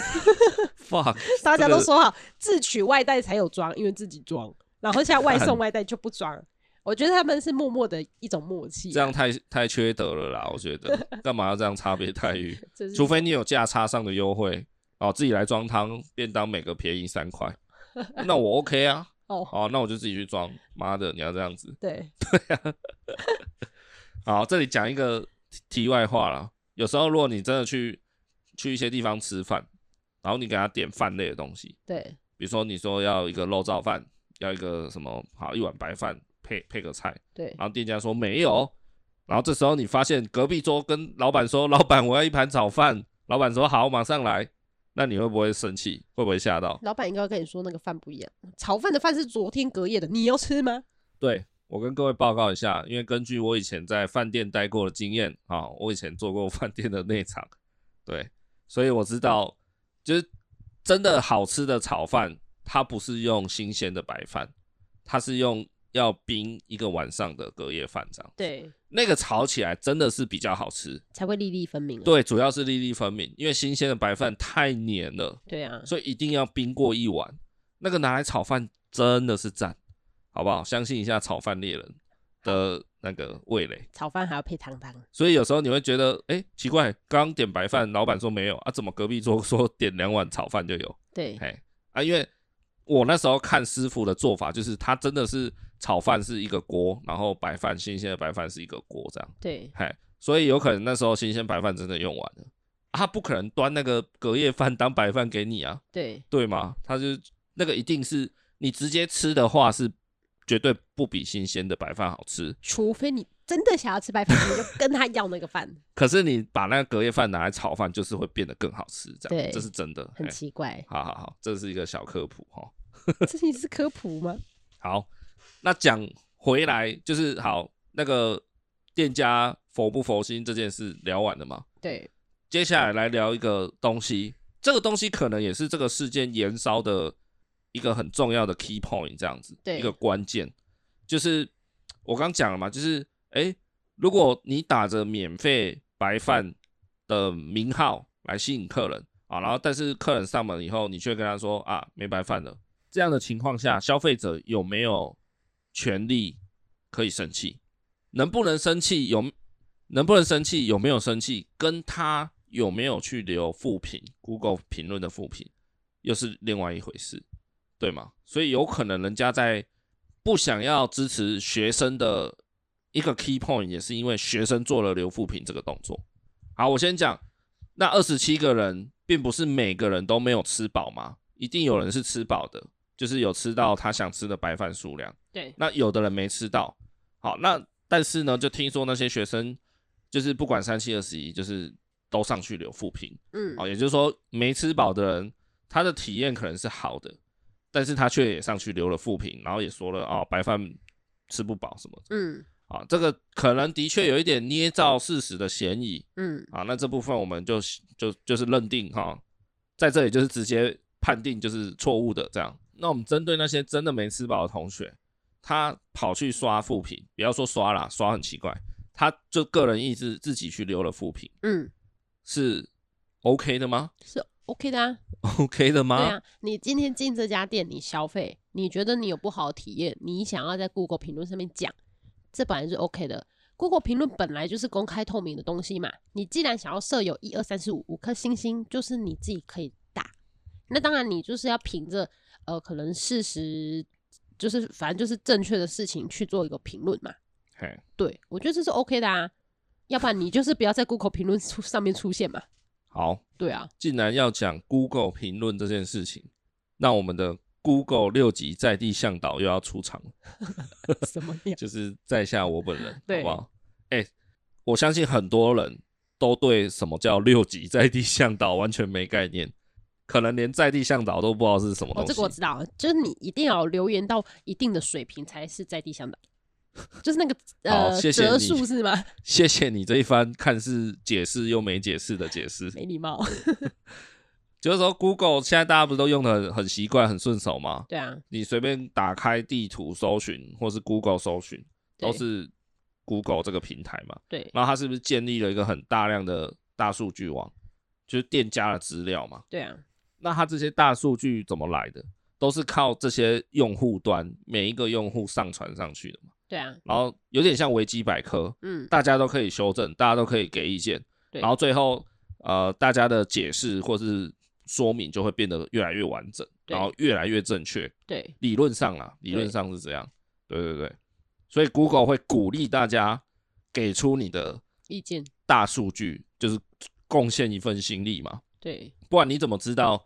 fuck， 大家都说好自取外带才有装，因为自己装，然后现在外送外带就不装。我觉得他们是默默的一种默契、啊， 这样太太缺德了啦！我觉得干嘛要这样差别待遇？除非你有价差上的优惠哦，自己来装汤便当每个便宜三块，那我 OK 啊。哦，好，那我就自己去装。妈的，你要这样子？对对啊。好，这里讲一个题外话啦。有时候如果你真的去去一些地方吃饭，然后你给他点饭类的东西，对， 比如说你说要一个肉燥饭，要一个什么好一碗白饭配配个菜， 对， 然后店家说没有，然后这时候你发现隔壁桌跟老板说，老板我要一盘炒饭，老板说好马上来，那你会不会生气？会不会吓到？ 老板应该会跟你说那个饭不一样，炒饭的饭是昨天隔夜的，你要吃吗？ 对，我跟各位报告一下，因为根据我以前在饭店待过的经验啊，我以前做过饭店的内场，对，所以我知道，就是真的好吃的炒饭，它不是用新鲜的白饭，它是用要冰一个晚上的隔夜饭这样。 对， 那个炒起来真的是比较好吃， 才会粒粒分明。 对，主要是粒粒分明，因为新鲜的白饭太黏了。 对啊， 所以一定要冰过一晚，那个拿来炒饭真的是赞，好不好？相信一下炒饭猎人的那个味蕾。 炒饭还要配汤汤， 所以有时候你会觉得，哎、欸，奇怪，刚刚点白饭，老板说没有啊，怎么隔壁桌说点两碗炒饭就有？ 对， 哎啊，因为我那时候看师傅的做法，就是他真的是炒饭是一个锅，然后白饭新鲜的白饭是一个锅这样。 对， 哎，所以有可能那时候新鲜白饭真的用完了。他不可能端那个隔夜饭当白饭给你啊， 对对吗？他就那个一定是你直接吃的话，是绝对不比新鲜的白饭好吃， 除非你真的想要吃白饭，你就跟他要那个饭。 可是你把那个隔夜饭拿来炒饭，就是会变得更好吃，这样， 对， 这是真的， 很奇怪。 好好好，这是一个小科普哈。 这你是科普吗？ 好，那讲回来就是好，那个店家佛不佛心这件事聊完了嘛？ 对。 接下来来聊一个东西，这个东西可能也是这个事件延烧的一个很重要的 key point， 这样子，一个关键，就是我刚讲了嘛，就是哎、欸，如果你打着免费白饭的名号来吸引客人啊，然后但是客人上门以后，你却跟他说啊没白饭了，这样的情况下，消费者有没有权利可以生气？能不能生气？有能不能生气？有没有生气？跟他有没有去留负评 Google 评论的负评又是另外一回事，对吗？所以有可能人家在不想要支持学生的一个 key point 也是因为学生做了留负评这个动作。好，我先讲，那二十七个人并不是每个人都没有吃饱吗？一定有人是吃饱的，就是有吃到他想吃的白饭数量。 对， 那有的人没吃到。好，那但是呢，就听说那些学生就是不管三七二十一，就是都上去留负评，嗯，哦，也就是说没吃饱的人，他的体验可能是好的，但是他却也上去留了负评，然后也说了哦，白饭吃不饱什么的，嗯，啊，这个可能的确有一点捏造事实的嫌疑，嗯，啊，那这部分我们就就就是认定哈，在这里就是直接判定就是错误的这样。那我们针对那些真的没吃饱的同学，他跑去刷负评，不要说刷啦，刷很奇怪，他就个人意志自己去留了负评，嗯。是 OK 的吗？ 是 OK 的啊 ，OK 的吗？ 对啊，你今天进这家店，你消费，你觉得你有不好的体验，你想要在 Google 评论上面讲，这本来是 OK 的。Google 评论本来就是公开透明的东西嘛，你既然想要设有一二三四五五颗星星，就是你自己可以打。那当然，你就是要凭着呃可能事实，就是反正就是正确的事情去做一个评论嘛。对，我觉得这是 OK 的啊。要不然你就是不要在 Google 评论上面出现嘛。 好， 对啊， 既然要讲 Google 评论这件事情，那我们的 Google 六级在地向导又要出场了。 什么呀？ 就是在下我本人， 对， 好不好？哎、欸，我相信很多人都对什么叫六级在地向导完全没概念，可能连在地向导都不知道是什么东西。 哦，这个我知道，就是你一定要留言到一定的水平才是在地向导。就是那个呃折数是吗？ 谢谢你这一番看似解释又没解释的解释， 没礼貌。 就是说 Google 现在大家不是都用的很很习惯很顺手吗？ 对啊， 你随便打开地图搜寻或是 Google 搜寻都是 Google 这个平台嘛。 对， 然后它是不是建立了一个很大量的大数据网，就是店家的资料嘛？ 对啊， 那它这些大数据怎么来的？都是靠这些用户端每一个用户上传上去的嘛。 对啊， 然后有点像维基百科，嗯，大家都可以修正，大家都可以给意见，然后最后呃大家的解释或是说明就会变得越来越完整，然后越来越正确。 对， 理论上啦，理论上是这样。对对对，所以 Google 会鼓励大家给出你的意见， 大数据就是贡献一份心力嘛。 对， 不然你怎么知道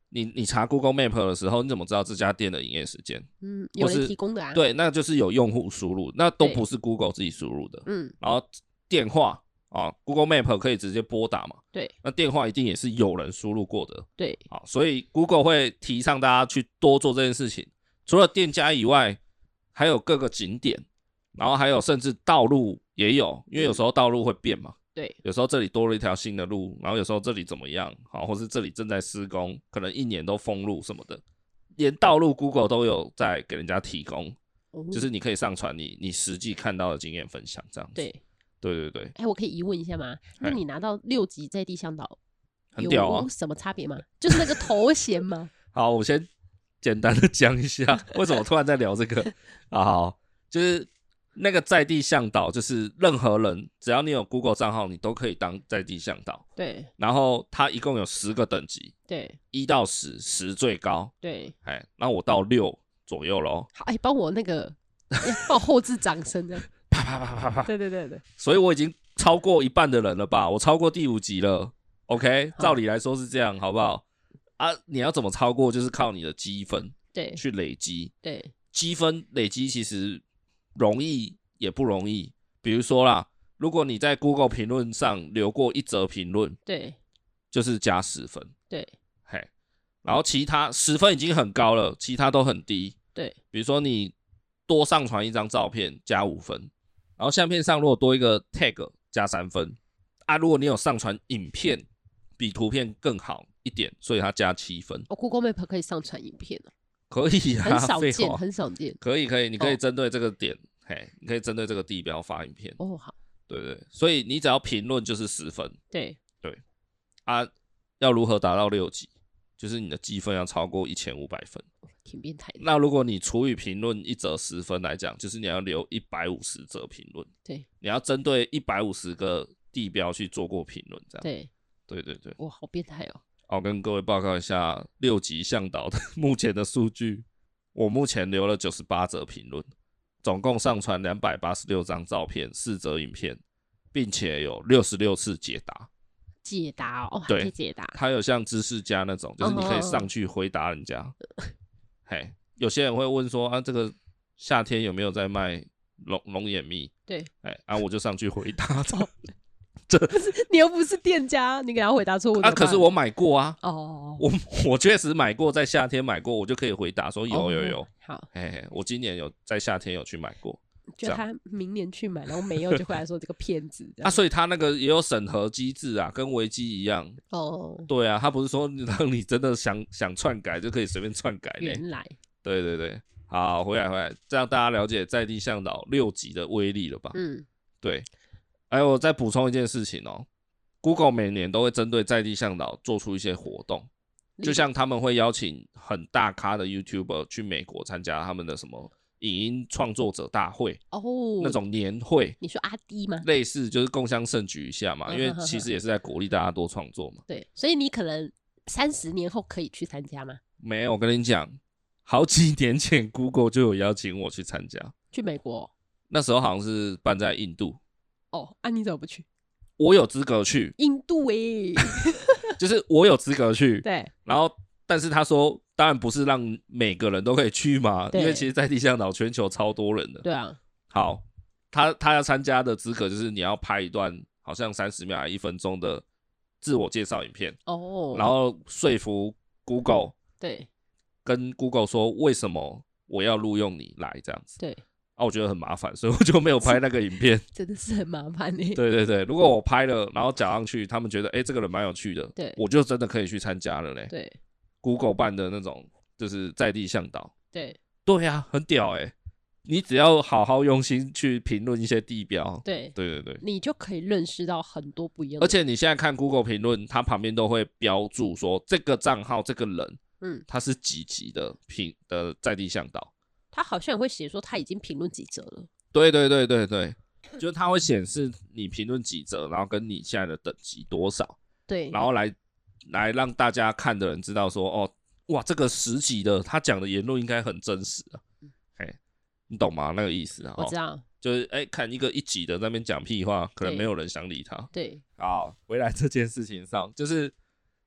你你查 Google Map 的时候，你怎么知道这家店的营业时间？ 嗯，有人提供的啊。 对，那就是有用户输入，那都不是 Google 自己输入的。嗯，然后电话啊 ，Google Map 可以直接拨打嘛。 对， 那电话一定也是有人输入过的。 对， 好，所以 Google 会提倡大家去多做这件事情。除了店家以外，还有各个景点，然后还有甚至道路也有，因为有时候道路会变嘛。 对， 有时候这里多了一条新的路，然后有时候这里怎么样，好，或是这里正在施工，可能一年都封路什么的，连道路 Google 都有在给人家提供，嗯、就是你可以上传你你实际看到的经验分享这样子。对，对对对。 哎、欸，我可以疑问一下吗？那你拿到六级在地向导， 很屌啊， 有什么差别吗？就是那个头衔吗？ 好，我先简单的讲一下，为什么突然在聊这个啊？好，就是那个在地向导，就是任何人只要你有 Google 账号，你都可以当在地向导。 对。然后它一共有十个等级。 对。 一到十，十最高。 对。 哎，那我到六左右咯。 好，哎，帮我那个，帮我后置掌声的。 啪啪啪啪啪。 对对对对。 所以我已经超过一半的人了吧？我超过第五级了。OK， 照理来说是这样，好不好？啊，你要怎么超过？就是靠你的积分。 对。 去累积。 对。 积分累积其实容易也不容易，比如说啦，如果你在 Google 评论上留过一则评论， 对， 就是加十分， 对， 嘿，然后其他十分已经很高了，其他都很低， 对， 比如说你多上传一张照片加五分，然后相片上如果多一个 tag 加三分，啊，如果你有上传影片比图片更好一点，所以它加七分。 哦 ，Google Map 可以上传影片哦。 可以啊， 很少见，很少见。 可以，可以，你可以针对这个点，哦、嘿，你可以针对这个地标发影片。 哦，好， 对对，所以你只要评论就是十分。 对对，啊，要如何达到六级？就是你的积分要超过一千五百分， 挺变态的。 那如果你除以评论一则十分来讲，就是你要留一百五十则评论。 对， 你要针对一百五十个地标去做过评论，这样。 对， 对对对。 哇，好变态哦。 好，跟各位报告一下六级向导的目前的数据。我目前留了九十八则评论，总共上传两百八十六张照片，四则影片，并且有六十六次解答。 解答哦， 对， 可以解答。 它有像知识家那种，就是你可以上去回答人家。Oh. 嘿，有些人会问说啊，这个夏天有没有在卖龙龙眼蜜？ 对， 哎，啊，我就上去回答。 Oh. 这不是你又不是店家，你给他回答错误啊？可是我买过啊。 哦、 oh. 我我确实买过，在夏天买过，我就可以回答说有有有。 Oh. 好， 嘿嘿，我今年有在夏天有去买过。 就他明年去买，然后没有就回来说这个骗子。 啊，所以他那个也有审核机制啊，跟维基一样。哦、oh. ，对啊，他不是说让你真的想想篡改就可以随便篡改。 原来。 对对对，好，回来回来，这样大家了解在地向导六级的威力了吧？嗯，对。哎，我再补充一件事情哦 ，Google 每年都会针对在地向导做出一些活动，就像他们会邀请很大咖的 YouTuber 去美国参加他们的什么影音创作者大会哦，那种年会。 你说阿滴吗？ 类似就是共襄盛举一下嘛，因为其实也是在鼓励大家多创作嘛。 对，所以你可能三十年后可以去参加吗？ 没有，我跟你讲，好几年前 Google 就有邀请我去参加， 去美国， 那时候好像是办在印度。 哦，啊，你怎么不去？ 我有资格去印度诶、欸， 就是我有资格去。 对， 然后但是他说，当然不是让每个人都可以去嘛，因为其实在地向导全球超多人的。 对啊， 好，他他要参加的资格就是你要拍一段好像三十秒还一分钟的自我介绍影片哦，然后说服 Google， 对， 跟 Google 说为什么我要录用你来这样子。 对。 啊，我觉得很麻烦，所以我就没有拍那个影片。 真的是很麻烦欸。 对对对，如果我拍了，然后讲上去，他们觉得哎、欸，这个人蛮有趣的， 对， 我就真的可以去参加了嘞。 对 ，Google 办的那种就是在地向导。 对， 对啊，很屌哎、欸！你只要好好用心去评论一些地标， 对对对对， 你就可以认识到很多不一样的。 而且你现在看 Google 评论，它旁边都会标注说这个账号这个人，嗯，他是几级的评的在地向导。 他好像也会写说他已经评论几则了。 对对对对对，就是它会显示你评论几则，然后跟你现在的等级多少， 对， 然后来来让大家看的人知道说，哦，哇，这个十级的他讲的言论应该很真实啊，哎，你懂吗？那个意思啊？ 我知道， 就是哎，看一个一级的在那边讲屁话，可能没有人想理他。 对， 好，回来这件事情上，就是这个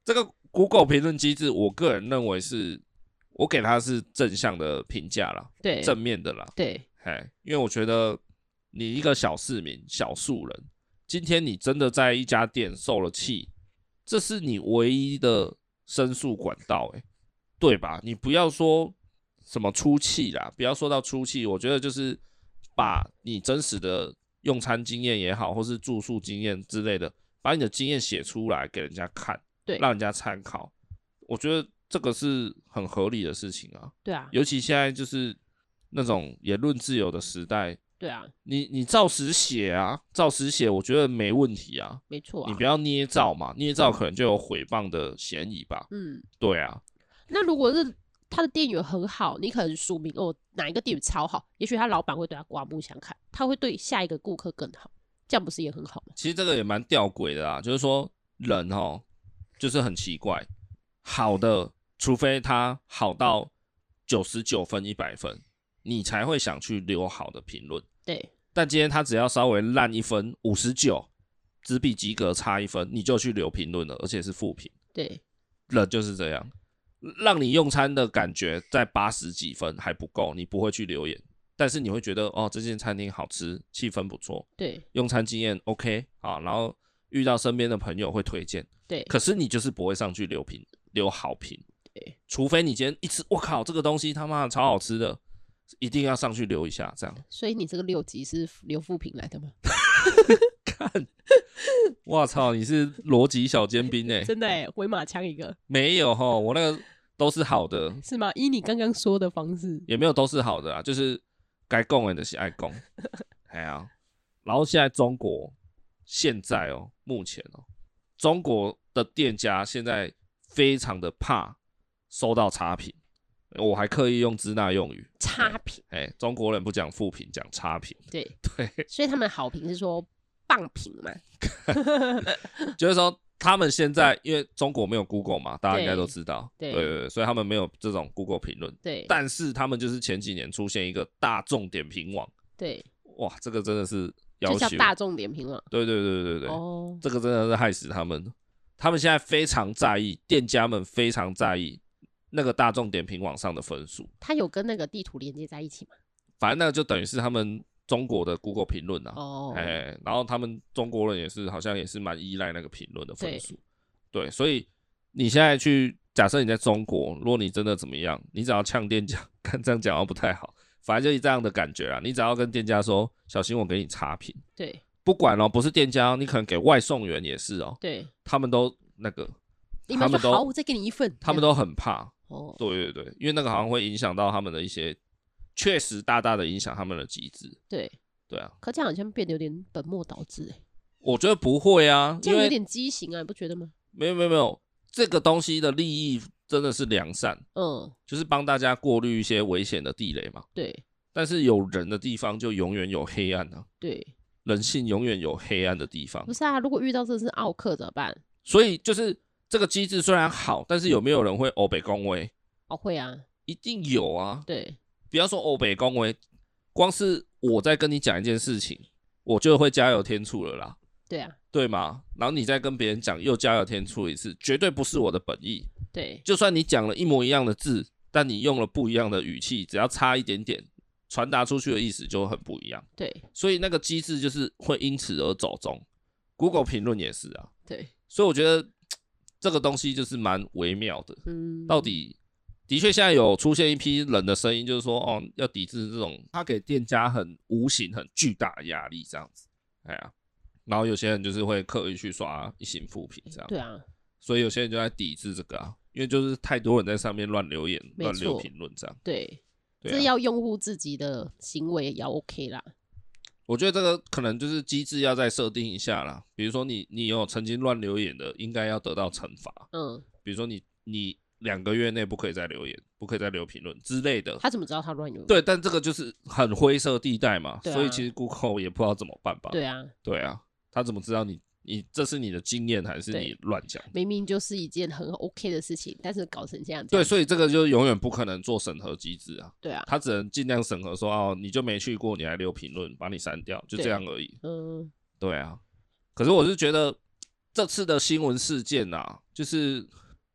Google 评论机制，我个人认为是，我给它是正向的评价啦， 对， 正面的啦， 对， 因为我觉得你一个小市民、小素人，今天你真的在一家店受了气，这是你唯一的申诉管道，欸，对吧？你不要说什么出气啦，不要说到出气，我觉得就是把你真实的用餐经验也好，或是住宿经验之类的，把你的经验写出来给人家看， 对， 让人家参考。我觉得这个是很合理的事情啊。 对啊， 尤其现在就是那种言论自由的时代， 对啊， 你你照实写啊，照实写，我觉得没问题啊。 没错啊， 你不要捏造嘛，捏造可能就有诽谤的嫌疑吧。 嗯， 对啊。 那如果是他的店员很好，你可能署名哦哪一个店员超好，也许他老板会对他刮目相看，他会对下一个顾客更好，这样不是也很好吗？ 其实这个也蛮吊诡的啦，就是说人齁就是很奇怪，好的除非他好到九十九分一百分，你才会想去留好的评论。 对， 但今天他只要稍微烂一分，五十九只比及格差一分，你就去留评论了，而且是负评。 对， 人就是这样，让你用餐的感觉在八十几分还不够，你不会去留言，但是你会觉得哦，这间餐厅好吃，气氛不错， 对， 用餐经验 OK 好，然后遇到身边的朋友会推荐， 对， 可是你就是不会上去留评留好评， 对， 除非你今天一吃，我靠，这个东西他妈的超好吃的，一定要上去留一下，这样。 所以你这个六集是留负评来的吗？ 看，哇操，你是逻辑小尖兵哎， 真的哎，回马枪一个。 没有齁，我那个都是好的， 是吗？依你刚刚说的方式， 也没有都是好的啊，就是该讲的就是爱讲，哎呀，然后现在中国现在哦，目前哦，中国的店家现在非常的怕收到差评，我还刻意用支那用语， 差评， 哎、欸，中国人不讲负评，讲差评， 对对， 所以他们好评是说棒评嘛， 就是说他们现在因为中国没有 Google 嘛，大家应该都知道， 对对对对，所以他们没有这种 Google 评论， 对， 但是他们就是前几年出现一个大众点评网， 对， 哇，这个真的是要求， 就叫大众点评网， 对对对对对， 哦， 这个真的是害死他们，他们现在非常在意，店家们非常在意那个大众点评网上的分数， 它有跟那个地图连接在一起吗？ 反正那个就等于是他们中国的 Google 评论啊， 哦， 哎，然后他们中国人也是好像也是蛮依赖那个评论的分数，对，所以你现在去假设你在中国，如果你真的怎么样，你只要呛店家，看这样讲好像不太好，反正就是这样的感觉啊，你只要跟店家说小心我给你差评， 对， 不管哦，不是店家，你可能给外送员也是哦， 对， 他们都那个， 你们说好，我再给你一份， 他们都很怕。 哦， 对对对，因为那个好像会影响到他们的一些，确实大大的影响他们的机制。 对对啊， 可这样好像变得有点本末倒置哎。 我觉得不会啊， 这样有点畸形啊，你不觉得吗？ 没有没有没有，这个东西的利益真的是良善， 嗯， 就是帮大家过滤一些危险的地雷嘛。 对， 但是有人的地方就永远有黑暗啊。 对， 人性永远有黑暗的地方。 不是啊，如果遇到这是奥客怎么办？ 所以就是这个机制虽然好，但是有没有人会欧北恭维？ 哦，会啊， 一定有啊。 对， 不要说欧北恭维，光是我在跟你讲一件事情，我就会加油添醋了啦。 对啊， 对吗？然后你再跟别人讲，又加油添醋一次，绝对不是我的本意。 对， 就算你讲了一模一样的字，但你用了不一样的语气，只要差一点点，传达出去的意思就很不一样。 对， 所以那个机制就是会因此而走中。Google 评论也是啊。 对， 所以我觉得这个东西就是蛮微妙的。 嗯， 到底的确现在有出现一批人的声音，就是说哦，要抵制这种他给店家很无形、很巨大的压力这样子。哎呀。然后有些人就是会刻意去刷一星负评这样， 对啊， 所以有些人就在抵制这个啊，因为就是太多人在上面乱留言、乱留评论这样。 对， 对啊， 这要用户自己的行为也要 OK 啦。 我觉得这个可能就是机制要再设定一下啦，比如说你你有曾经乱留言的，应该要得到惩罚。 嗯， 比如说你你两个月内不可以再留言，不可以再留评论之类的。 他怎么知道他乱留言？ 对，但这个就是很灰色地带嘛， 啊、 所以其实 Google 也不知道怎么办吧。 对啊， 对啊。他怎么知道你你这是你的经验还是你乱讲？ 明明就是一件很 OK 的事情，但是搞成这样。 对，所以这个就永远不可能做审核机制啊。 对啊， 他只能尽量审核说哦，你就没去过，你还留评论，把你删掉，就这样而已。 嗯， 对啊。可是我是觉得这次的新闻事件啊，就是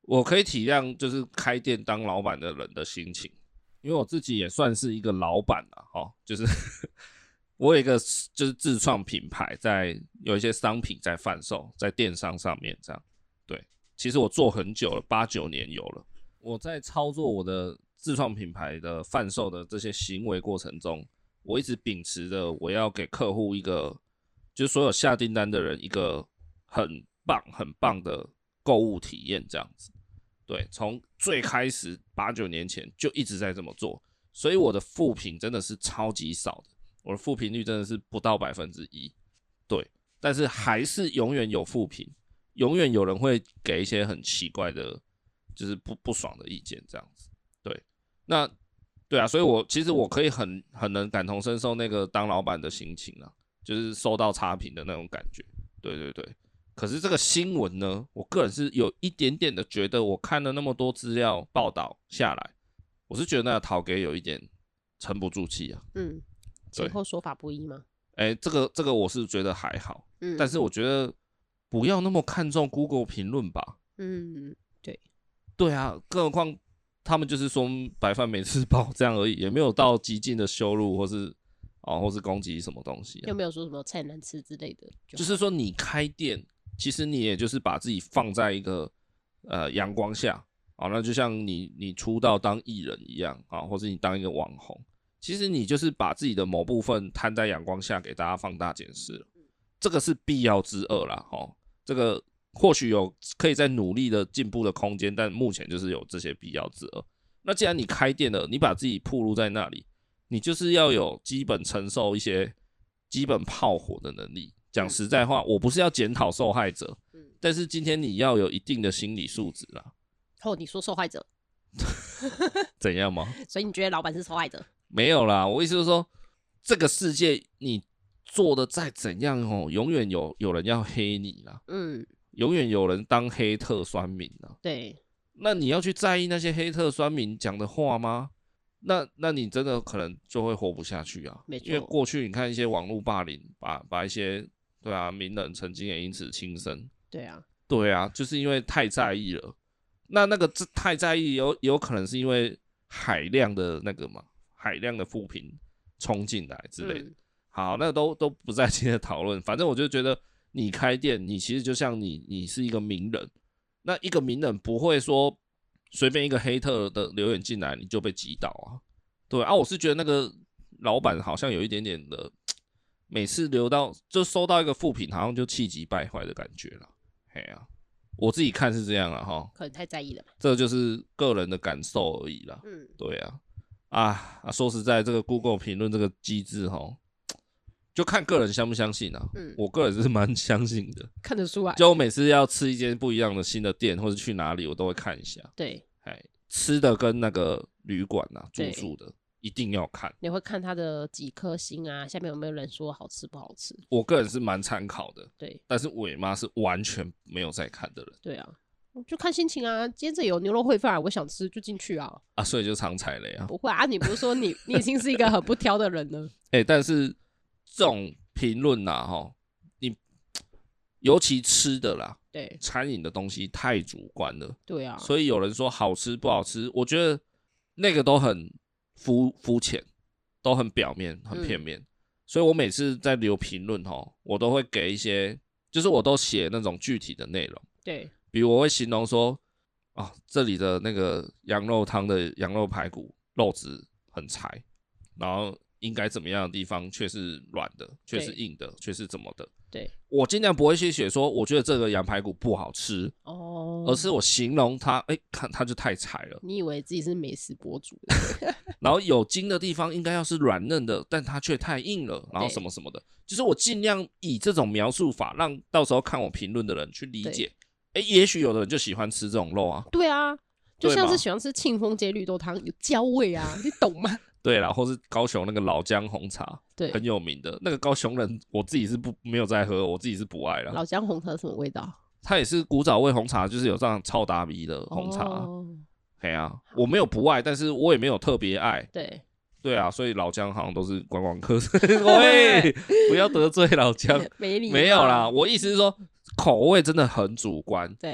我可以体谅就是开店当老板的人的心情，因为我自己也算是一个老板啦，齁，就是我有一个就是自创品牌，在有一些商品在贩售，在电商上面这样。对，其实我做很久了，八九年有了。我在操作我的自创品牌的贩售的这些行为过程中，我一直秉持着我要给客户一个，就是所有下订单的人一个很棒很棒的购物体验这样子。对，从最开始八九年前就一直在这么做，所以我的负评真的是超级少的，我的负评率真的是不到百分之一。对，但是还是永远有负评，永远有人会给一些很奇怪的，就是不不爽的意见这样子。对，那对啊，所以我其实我可以很很能感同身受那个当老板的心情啊，就是收到差评的那种感觉。对对对。可是这个新闻呢，我个人是有一点点的觉得，我看了那么多资料报道下来，我是觉得那个陶给有一点沉不住气啊。 嗯，前后说法不一吗？ 哎、欸，这个这个我是觉得还好，嗯，但是我觉得不要那么看重 Google 评论吧。 嗯，对， 对啊，更何况他们就是说白饭没吃饱这样而已，也没有到激进的羞辱或是哦或是攻击什么东西、啊， 又没有说什么菜难吃之类的。就, 就是说你开店。其实你也就是把自己放在一个呃阳光下，啊，那就像你你出道当艺人一样啊，或者你当一个网红，其实你就是把自己的某部分摊在阳光下给大家放大检视了，这个是必要之恶啦，齁，这个或许有可以再努力的进步的空间，但目前就是有这些必要之恶。那既然你开店了，你把自己暴露在那里，你就是要有基本承受一些基本炮火的能力。讲实在话，我不是要检讨受害者，嗯，但是今天你要有一定的心理素质啦。 哦，你说受害者怎样吗？ 所以你觉得老板是受害者？ 没有啦，我意思是说，这个世界你做的再怎样哦，永远有有人要黑你啦，嗯，永远有人当黑特酸民啦。 对， 那你要去在意那些黑特酸民讲的话吗？那那你真的可能就会活不下去啊，因为过去你看一些网络霸凌，把把一些。对啊，名人曾经也因此轻生。 对啊， 对啊，就是因为太在意了。那那个太在意有，有有可能是因为海量的那个嘛，海量的负评冲进来之类的。嗯、好，那个都都不在今天的讨论。反正我就觉得，你开店，你其实就像你，你是一个名人。那一个名人不会说随便一个黑特的留言进来，你就被击倒啊。对啊，我是觉得那个老板好像有一点点的。每次留到就收到一个负评，好像就气急败坏的感觉了。嘿啊，我自己看是这样啊，哈， 可能太在意了， 这就是个人的感受而已啦。嗯，对啊，啊啊，说实在，这个 Google 评论这个机制，哈，就看个人相不相信啊。嗯，我个人是蛮相信的， 看得出来。 就我每次要吃一间不一样的新的店，或者去哪里，我都会看一下。 对， 哎，吃的跟那个旅馆啊，住宿的。一定要看， 你会看它的几颗星啊？下面有没有人说好吃不好吃？ 我个人是蛮参考的， 对。 但是伟妈是完全没有在看的人。 对啊，就看心情啊。今天这有牛肉烩饭，我想吃就进去啊。 啊，所以就常踩雷啊。 不会啊，你不是说你你已经是一个很不挑的人了？ 哎、欸，但是这种评论呐，哈，你尤其吃的啦， 对， 餐饮的东西太主观了。 对啊， 所以有人说好吃不好吃，我觉得那个都很。肤肤浅，都很表面，很片面，嗯、所以我每次在留评论吼，我都会给一些，就是我都写那种具体的内容。 对， 比如我会形容说，啊，这里的那个羊肉汤的羊肉排骨肉质很柴，然后应该怎么样的地方却是软的，却是硬的，却是怎么的。 对， 我尽量不会去写说，我觉得这个羊排骨不好吃哦，而是我形容它，哎、欸，看它就太柴了。 你以为自己是美食博主？ 然后有筋的地方应该要是软嫩的，但它却太硬了，然后什么什么的，就是我尽量以这种描述法，让到时候看我评论的人去理解。哎、欸，也许有的人就喜欢吃这种肉啊。 对啊，就像是喜欢吃庆丰街绿豆汤，有焦味啊，你懂吗？ 对啦，或是高雄那个老姜红茶， 对， 很有名的那个高雄人，我自己是不没有在喝，我自己是不爱啦。 老姜红茶什么味道？ 它也是古早味红茶，就是有这样超达米的红茶。哦，嘿啊，我没有不爱，但是我也没有特别爱。 对， 对啊，所以老姜好像都是观光客。喂，不要得罪老姜， 没礼貌。 没有啦，我意思是说口味真的很主观。 对，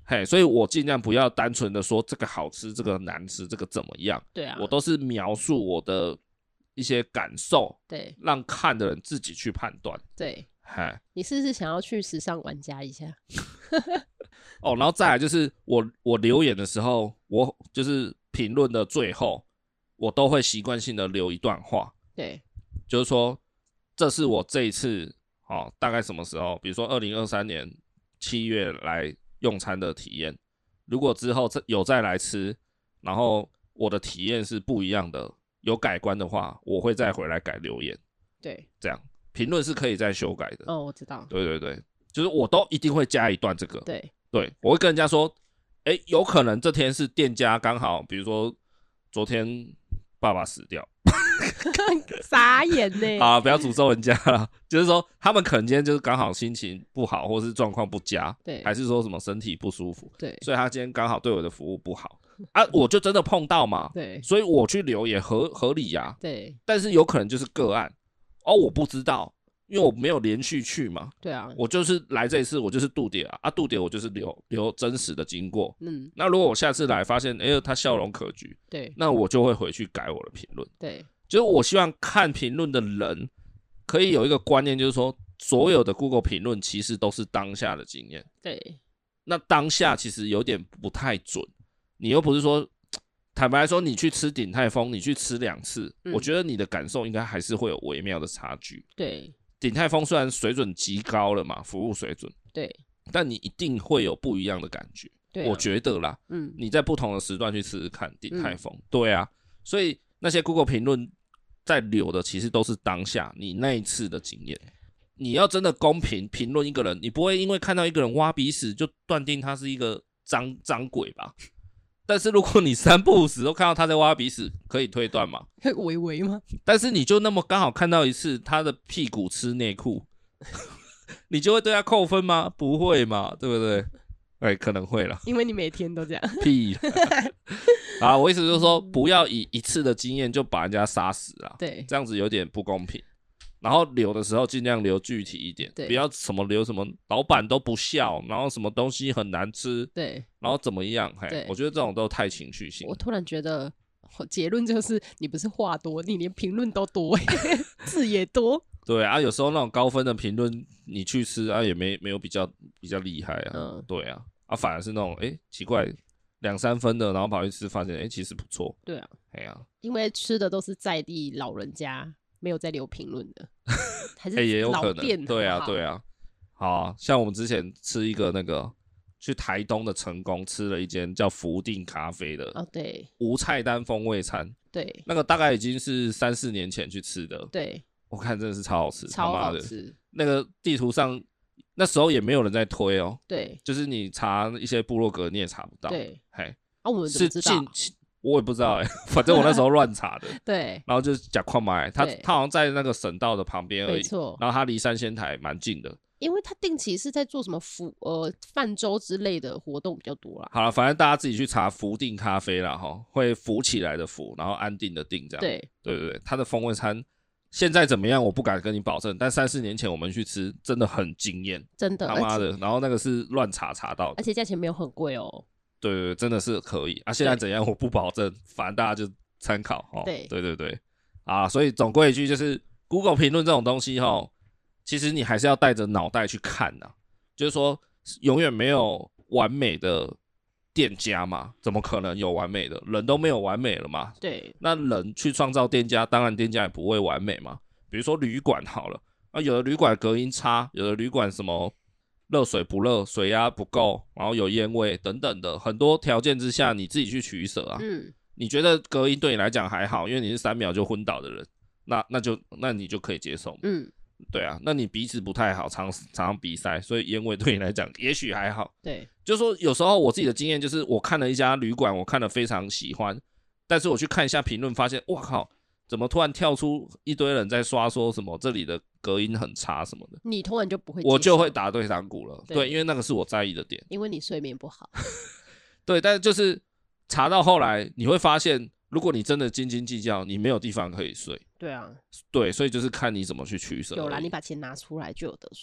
嘿，所以我尽量不要单纯的说这个好吃，这个难吃，这个怎么样。 对啊， 我都是描述我的一些感受， 对， 让看的人自己去判断。 对， 嘿， 你是不是想要去时尚玩家一下？ 哦，然后再来就是我我留言的时候，我就是评论的最后，我都会习惯性的留一段话。 对， 就是说这是我这一次哦，大概什么时候？比如说二零二三年七月来用餐的体验。如果之后有再来吃，然后我的体验是不一样的，有改观的话，我会再回来改留言。 对， 这样评论是可以再修改的。 哦，我知道。 对对对，就是我都一定会加一段这个。 对对，我会跟人家说，哎，有可能这天是店家刚好，比如说昨天爸爸死掉。 傻眼呢！ 啊，不要诅咒人家啦，就是说他们可能今天就是刚好心情不好，或是状况不佳， 对， 还是说什么身体不舒服， 对， 所以他今天刚好对我的服务不好啊，我就真的碰到嘛， 对， 所以我去留也合合理呀、啊， 对， 但是有可能就是个案哦，我不知道，因为我没有连续去嘛， 对啊， 我就是来这一次，我就是度点啊，啊度点我就是留留真实的经过， 嗯， 那如果我下次来发现，哎、欸，他笑容可掬， 对， 那我就会回去改我的评论， 对。 就是我希望看评论的人可以有一个观念，就是说所有的 Google 评论其实都是当下的经验。 对， 那当下其实有点不太准，你又不是说，坦白来说，你去吃鼎泰丰，你去吃两次、嗯，我觉得你的感受应该还是会有微妙的差距。 对， 鼎泰丰虽然水准极高了嘛，服务水准， 对， 但你一定会有不一样的感觉。 对、啊， 我觉得啦， 嗯， 你在不同的时段去试试看鼎泰丰、嗯，对啊，所以那些 Google 评论。在留的其实都是当下你那一次的经验。你要真的公平评论一个人，你不会因为看到一个人挖鼻屎就断定他是一个脏脏鬼吧？但是如果你三不五时都看到他在挖鼻屎，可以推断吗？ 微微吗？ 但是你就那么刚好看到一次他的屁股吃内裤，你就会对他扣分吗？不会嘛，对不对？哎、欸，可能会啦， 因为你每天都这样。 屁啊！我意思就是说，不要以一次的经验就把人家杀死啦， 对， 这样子有点不公平。然后留的时候尽量留具体一点，不要什么留什么老板都不笑，然后什么东西很难吃， 对， 然后怎么样？嘿，我觉得这种都太情绪性。 我突然觉得结论就是你不是话多，你连评论都多，字也多。 对啊，有时候那种高分的评论，你去吃啊，也没没有比较比较厉害啊。嗯，对啊，啊，反而是那种哎、欸、奇怪两三分的，然后跑去吃，发现哎、欸、其实不错。 对啊， 哎呀、啊， 因为吃的都是在地老人家，没有在留评论的，还是哎、欸、也有可能。 对啊，对啊，好啊，像我们之前吃一个那个去台东的成功吃了一间叫福定咖啡的哦，对， 无菜单风味餐， 对， 那个大概已经是三四年前去吃的， 对。 我看真的是超好吃， 超好吃。 那个地图上那时候也没有人在推哦， 对， 就是你查一些部落格你也查不到。 对， 嘿， 啊，我们怎么知道？ 是近，我也不知道哎、欸，反正我那时候乱查的。 对， 然后就是讲矿买，他他好像在那个省道的旁边而已， 没错。 然后他离三仙台蛮近的， 因为他定期是在做什么福呃泛舟之类的活动比较多啦。 好了，反正大家自己去查福定咖啡啦哈，会浮起来的浮，然后安定的定这样。 对， 对对对，它的风味餐。现在怎么样？我不敢跟你保证，但三四年前我们去吃，真的很惊艳， 真的他妈的！然后那个是乱查查到的， 而且价钱没有很贵哦。 对对对，真的是可以啊！现在怎样？我不保证，反正大家就参考哦。 对对对对，啊，所以总归一句就是 ，Google 评论这种东西哈，其实你还是要带着脑袋去看呐，就是说永远没有完美的店家嘛，怎么可能有完美的？人都没有完美了嘛。 对， 那人去创造店家，当然店家也不会完美嘛。比如说旅馆好了，啊，有的旅馆隔音差，有的旅馆什么热水不热，水压不够，然后有烟味等等的，很多条件之下，你自己去取舍啊。 嗯， 你觉得隔音对你来讲还好，因为你是三秒就昏倒的人，那那就那你就可以接受。 嗯。 对啊，那你鼻子不太好，常常鼻塞，所以烟味对你来讲也许还好。 对， 就是说有时候我自己的经验就是，我看了一家旅馆，我看了非常喜欢，但是我去看一下评论，发现哇靠，怎么突然跳出一堆人在刷说什么这里的隔音很差什么的， 你突然就不会， 我就会打对堂鼓了。 对， 对，因为那个是我在意的点， 因为你睡眠不好。 对，但是就是查到后来，你会发现，如果你真的斤斤计较，你没有地方可以睡。 对啊， 对，所以就是看你怎么去取舍。 有啦，你把钱拿出来就有得睡。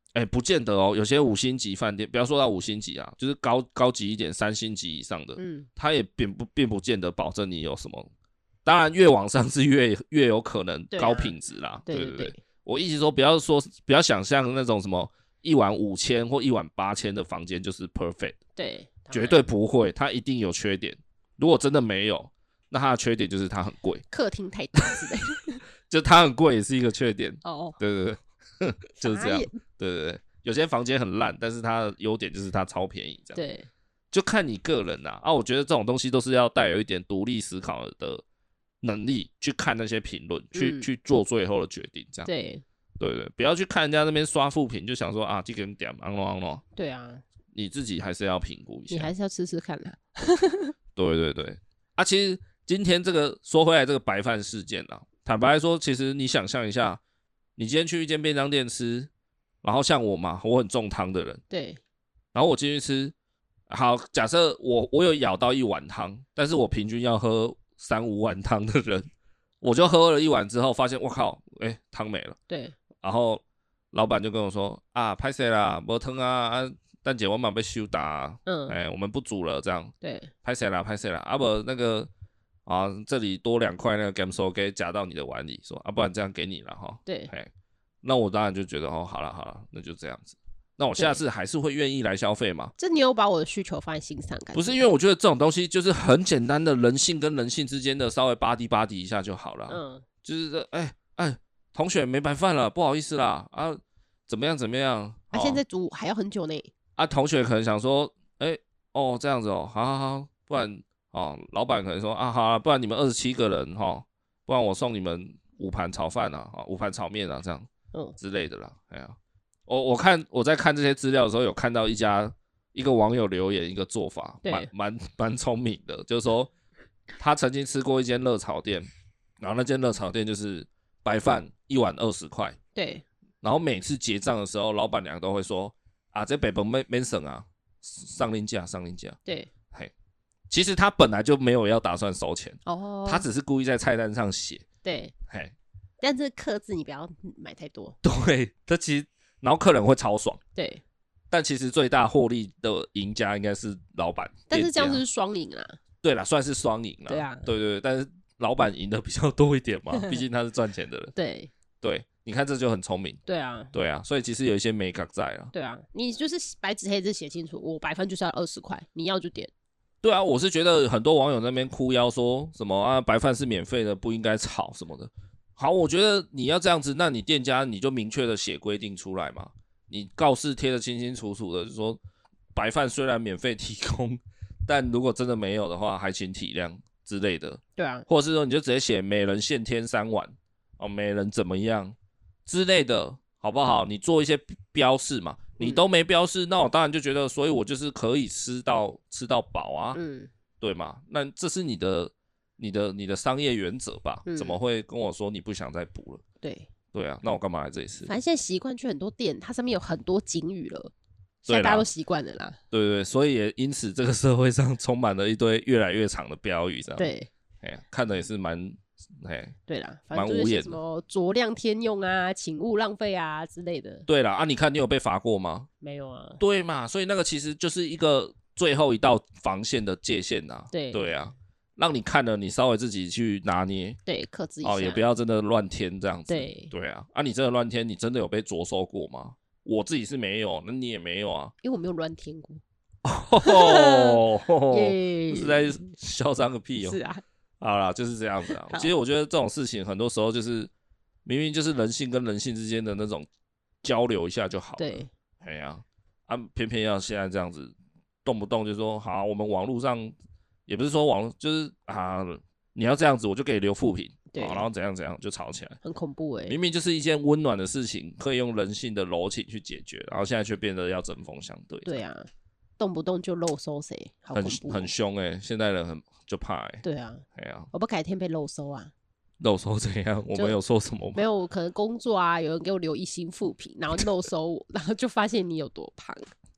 哎、欸，不见得哦，有些五星级饭店，不要说到五星级啊，就是高高级一点，三星级以上的，嗯，它也并不并不见得保证你有什么。当然，越往上是越越有可能高品质啦。对、啊、对对 对, 对，我意思说，不要说不要想象那种什么一晚五千或一晚八千的房间就是 perfect， 对， 绝对不会，它一定有缺点。如果真的没有，那它的缺点就是它很贵， 客厅太大之类的， 就它很贵也是一个缺点。 哦， 对对对，就是这样。对对对，有些房间很烂，但是它的优点就是它超便宜，这样。 对， 就看你个人啦。啊，我觉得这种东西都是要带有一点独立思考的能力去看那些评论，去、嗯、去做最后的决定，这样。 对对对，不要去看人家那边刷负评，就想说啊，这个人点安咯安咯。 对啊， 你自己还是要评估一下， 你还是要吃吃看啦。 对对对，啊，其实今天这个说回来这个白饭事件啊，坦白说，其实你想象一下，你今天去一间便当店吃，然后像我嘛，我很重汤的人， 对， 然后我进去吃，好，假设我我有舀到一碗汤，但是我平均要喝三五碗汤的人，我就喝了一碗之后，发现我靠，哎、欸，汤没了， 对， 然后老板就跟我說啊，拍謝啦，沒湯啊，啊，蛋姐我們被收打、啊，嗯，哎、欸，我們不煮了，這樣， 對， 拍謝啦，拍謝啦，啊不那個啊，這裡多兩塊那個 game so 給夾到你的碗裡，說啊，不然這樣給你了哈， 對， 哎，那我當然就覺得哦，好了好了，那就這樣子，那我下次還是會願意來消費嘛。 這你有把我的需求放在心上， 不是因為我覺得這種東西就是很簡單的人性跟人性之間的稍微巴迪巴迪一下就好了，嗯，就是哎哎。同學沒白飯了，不好意思啦啊，怎麼樣怎麼樣？ 啊，現在煮還要很久呢。 啊，同學可能想說，哎、欸，哦這樣子哦，好好好，不然哦，老闆可能說啊，好啊，不然你們二十七個人哈、哦，不然我送你們五盤炒飯啊，五盤炒麵啊，這樣，嗯之類的啦。哎呀，我我看我在看這些資料的時候，有看到一家一個網友留言一個做法，蠻蠻蠻聰明的，就是說他曾經吃過一間熱炒店，然後那間熱炒店就是白飯一碗二十塊， 對， 然後每次結賬的時候，老闆娘都會說啊，這白飯沒沒省啊，上令價上令價。 對， 嘿，其實他本來就沒有要打算收錢， 哦， 他只是故意在菜單上寫。 對， 嘿， 但是客製你不要買太多。 對，他其實然後客人會超爽。 對， 但其實最大獲利的贏家應該是老闆。 但是這樣是雙贏啦。 對啦，算是雙贏啦。 對啊， 對對對，但是老闆贏的比較多一點嘛，畢竟他是賺錢的人。 對對，你看這就很聰明。 對啊， 對啊，所以其實有一些美感在啦。 對啊，你就是白紙黑字寫清楚，我白飯就是要二十塊，你要就點。 對啊，我是覺得很多網友那邊哭腰說什麼啊，白飯是免費的，不應該炒什麼的。好，我覺得你要這樣子，那你店家你就明確的寫規定出來嘛，你告示貼得清清楚楚的，就是說白飯雖然免費提供，但如果真的沒有的話，還請體諒之類的。 對啊， 或者是說你就直接寫每人限添三碗哦，每人怎麼樣之類的，好不好？你做一些標示嘛，你都沒標示，那我當然就覺得，所以我就是可以吃到吃到飽啊，嗯，對嘛？那這是你的你的你的商業原則吧？嗯，怎麼會跟我說你不想再補了？ 對對啊，那我幹嘛來這裡吃？ 反正現在習慣去很多店，它上面有很多警語了。現在大家都習慣了啦， 對對對，所以也因此這個社會上充滿了一堆越來越長的標語，這樣對，哎，看的也是蠻，哎，對啦，蠻無言的，什麼酌量天用啊，請勿浪費啊之類的。 對啦，啊，你看你有被罰過嗎？ 沒有啊。對嘛，所以那個其實就是一個最後一道防線的界限吶。對對啊，讓你看了，你稍微自己去拿捏， 對，克制一下， 哦，也不要真的亂添這樣子。 對對啊，啊，你真的亂添，你真的有被著收過嗎？我自己是沒有，那你也沒有啊， 因為我沒有亂添過。 哦，是在囂張個屁哦！ 是啊， 好啦，就是這樣子啊。其實我覺得這種事情很多時候就是明明就是人性跟人性之間的那種交流一下就好了。對，哎呀，啊，偏偏要現在這樣子，動不動就說好，我們網絡上也不是說網絡，就是啊，你要這樣子，我就給你留負評。對，然後怎樣怎樣就吵起來， 很恐怖哎、欸！ 明明就是一件溫暖的事情，可以用人性的柔情去解決，然後現在卻變得要針鋒相對。 對啊，動不動就漏收誰，好恐怖、喔， 很很兇哎、欸！現代人很就怕哎、欸。 對啊， 哎呀、啊， 我不改天被漏收啊？ 漏收怎樣？我沒有說什麼嗎？ 沒有，可能工作啊，有人給我留一星負評，然後漏收我，然後就發現你有多胖。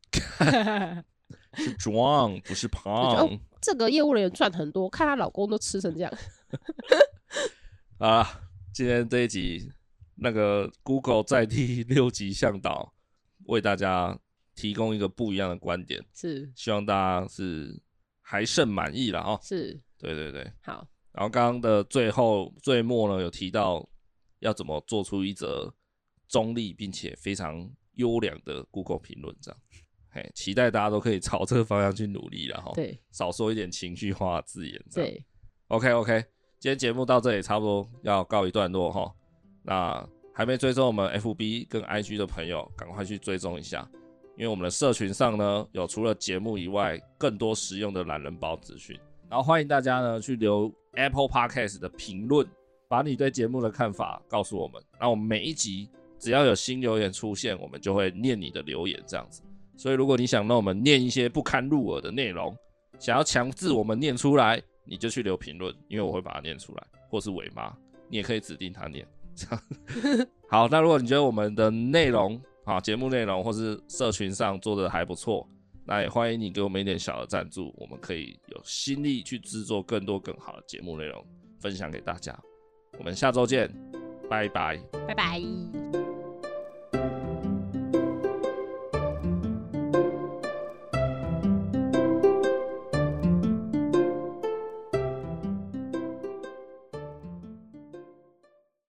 是壯，不是胖。 哦，這個業務人員賺很多，看她老公都吃成這樣。 啊，今天這一集那個 Google 在地六級向導为大家提供一个不一样的观点， 是希望大家是还甚满意啦哦。 是， 对对对， 好。 然后刚刚的最后最末呢，有提到要怎么做出一则中立并且非常优良的 Google 评论，这样，嘿，期待大家都可以朝这个方向去努力啦齁， 对， 少说一点情绪化的字眼，这样。 对 ，OK OK， 今天节目到这里差不多要告一段落齁，那还没追踪我们 F B 跟 I G 的朋友，赶快去追踪一下，因为我们的社群上呢，有除了节目以外，更多实用的懒人包资讯。然后欢迎大家呢去留 Apple Podcast 的评论，把你对节目的看法告诉我们。那我们每一集只要有新留言出现，我们就会念你的留言这样子。所以如果你想让我们念一些不堪入耳的内容，想要强制我们念出来，你就去留评论，因为我会把它念出来，或是尾妈，你也可以指定他念。好，那如果你觉得我们的内容啊，节目内容或是社群上做的还不错，那也欢迎你给我们一点小的赞助，我们可以有心力去制作更多更好的节目内容分享给大家。我们下周见，拜拜， 拜拜。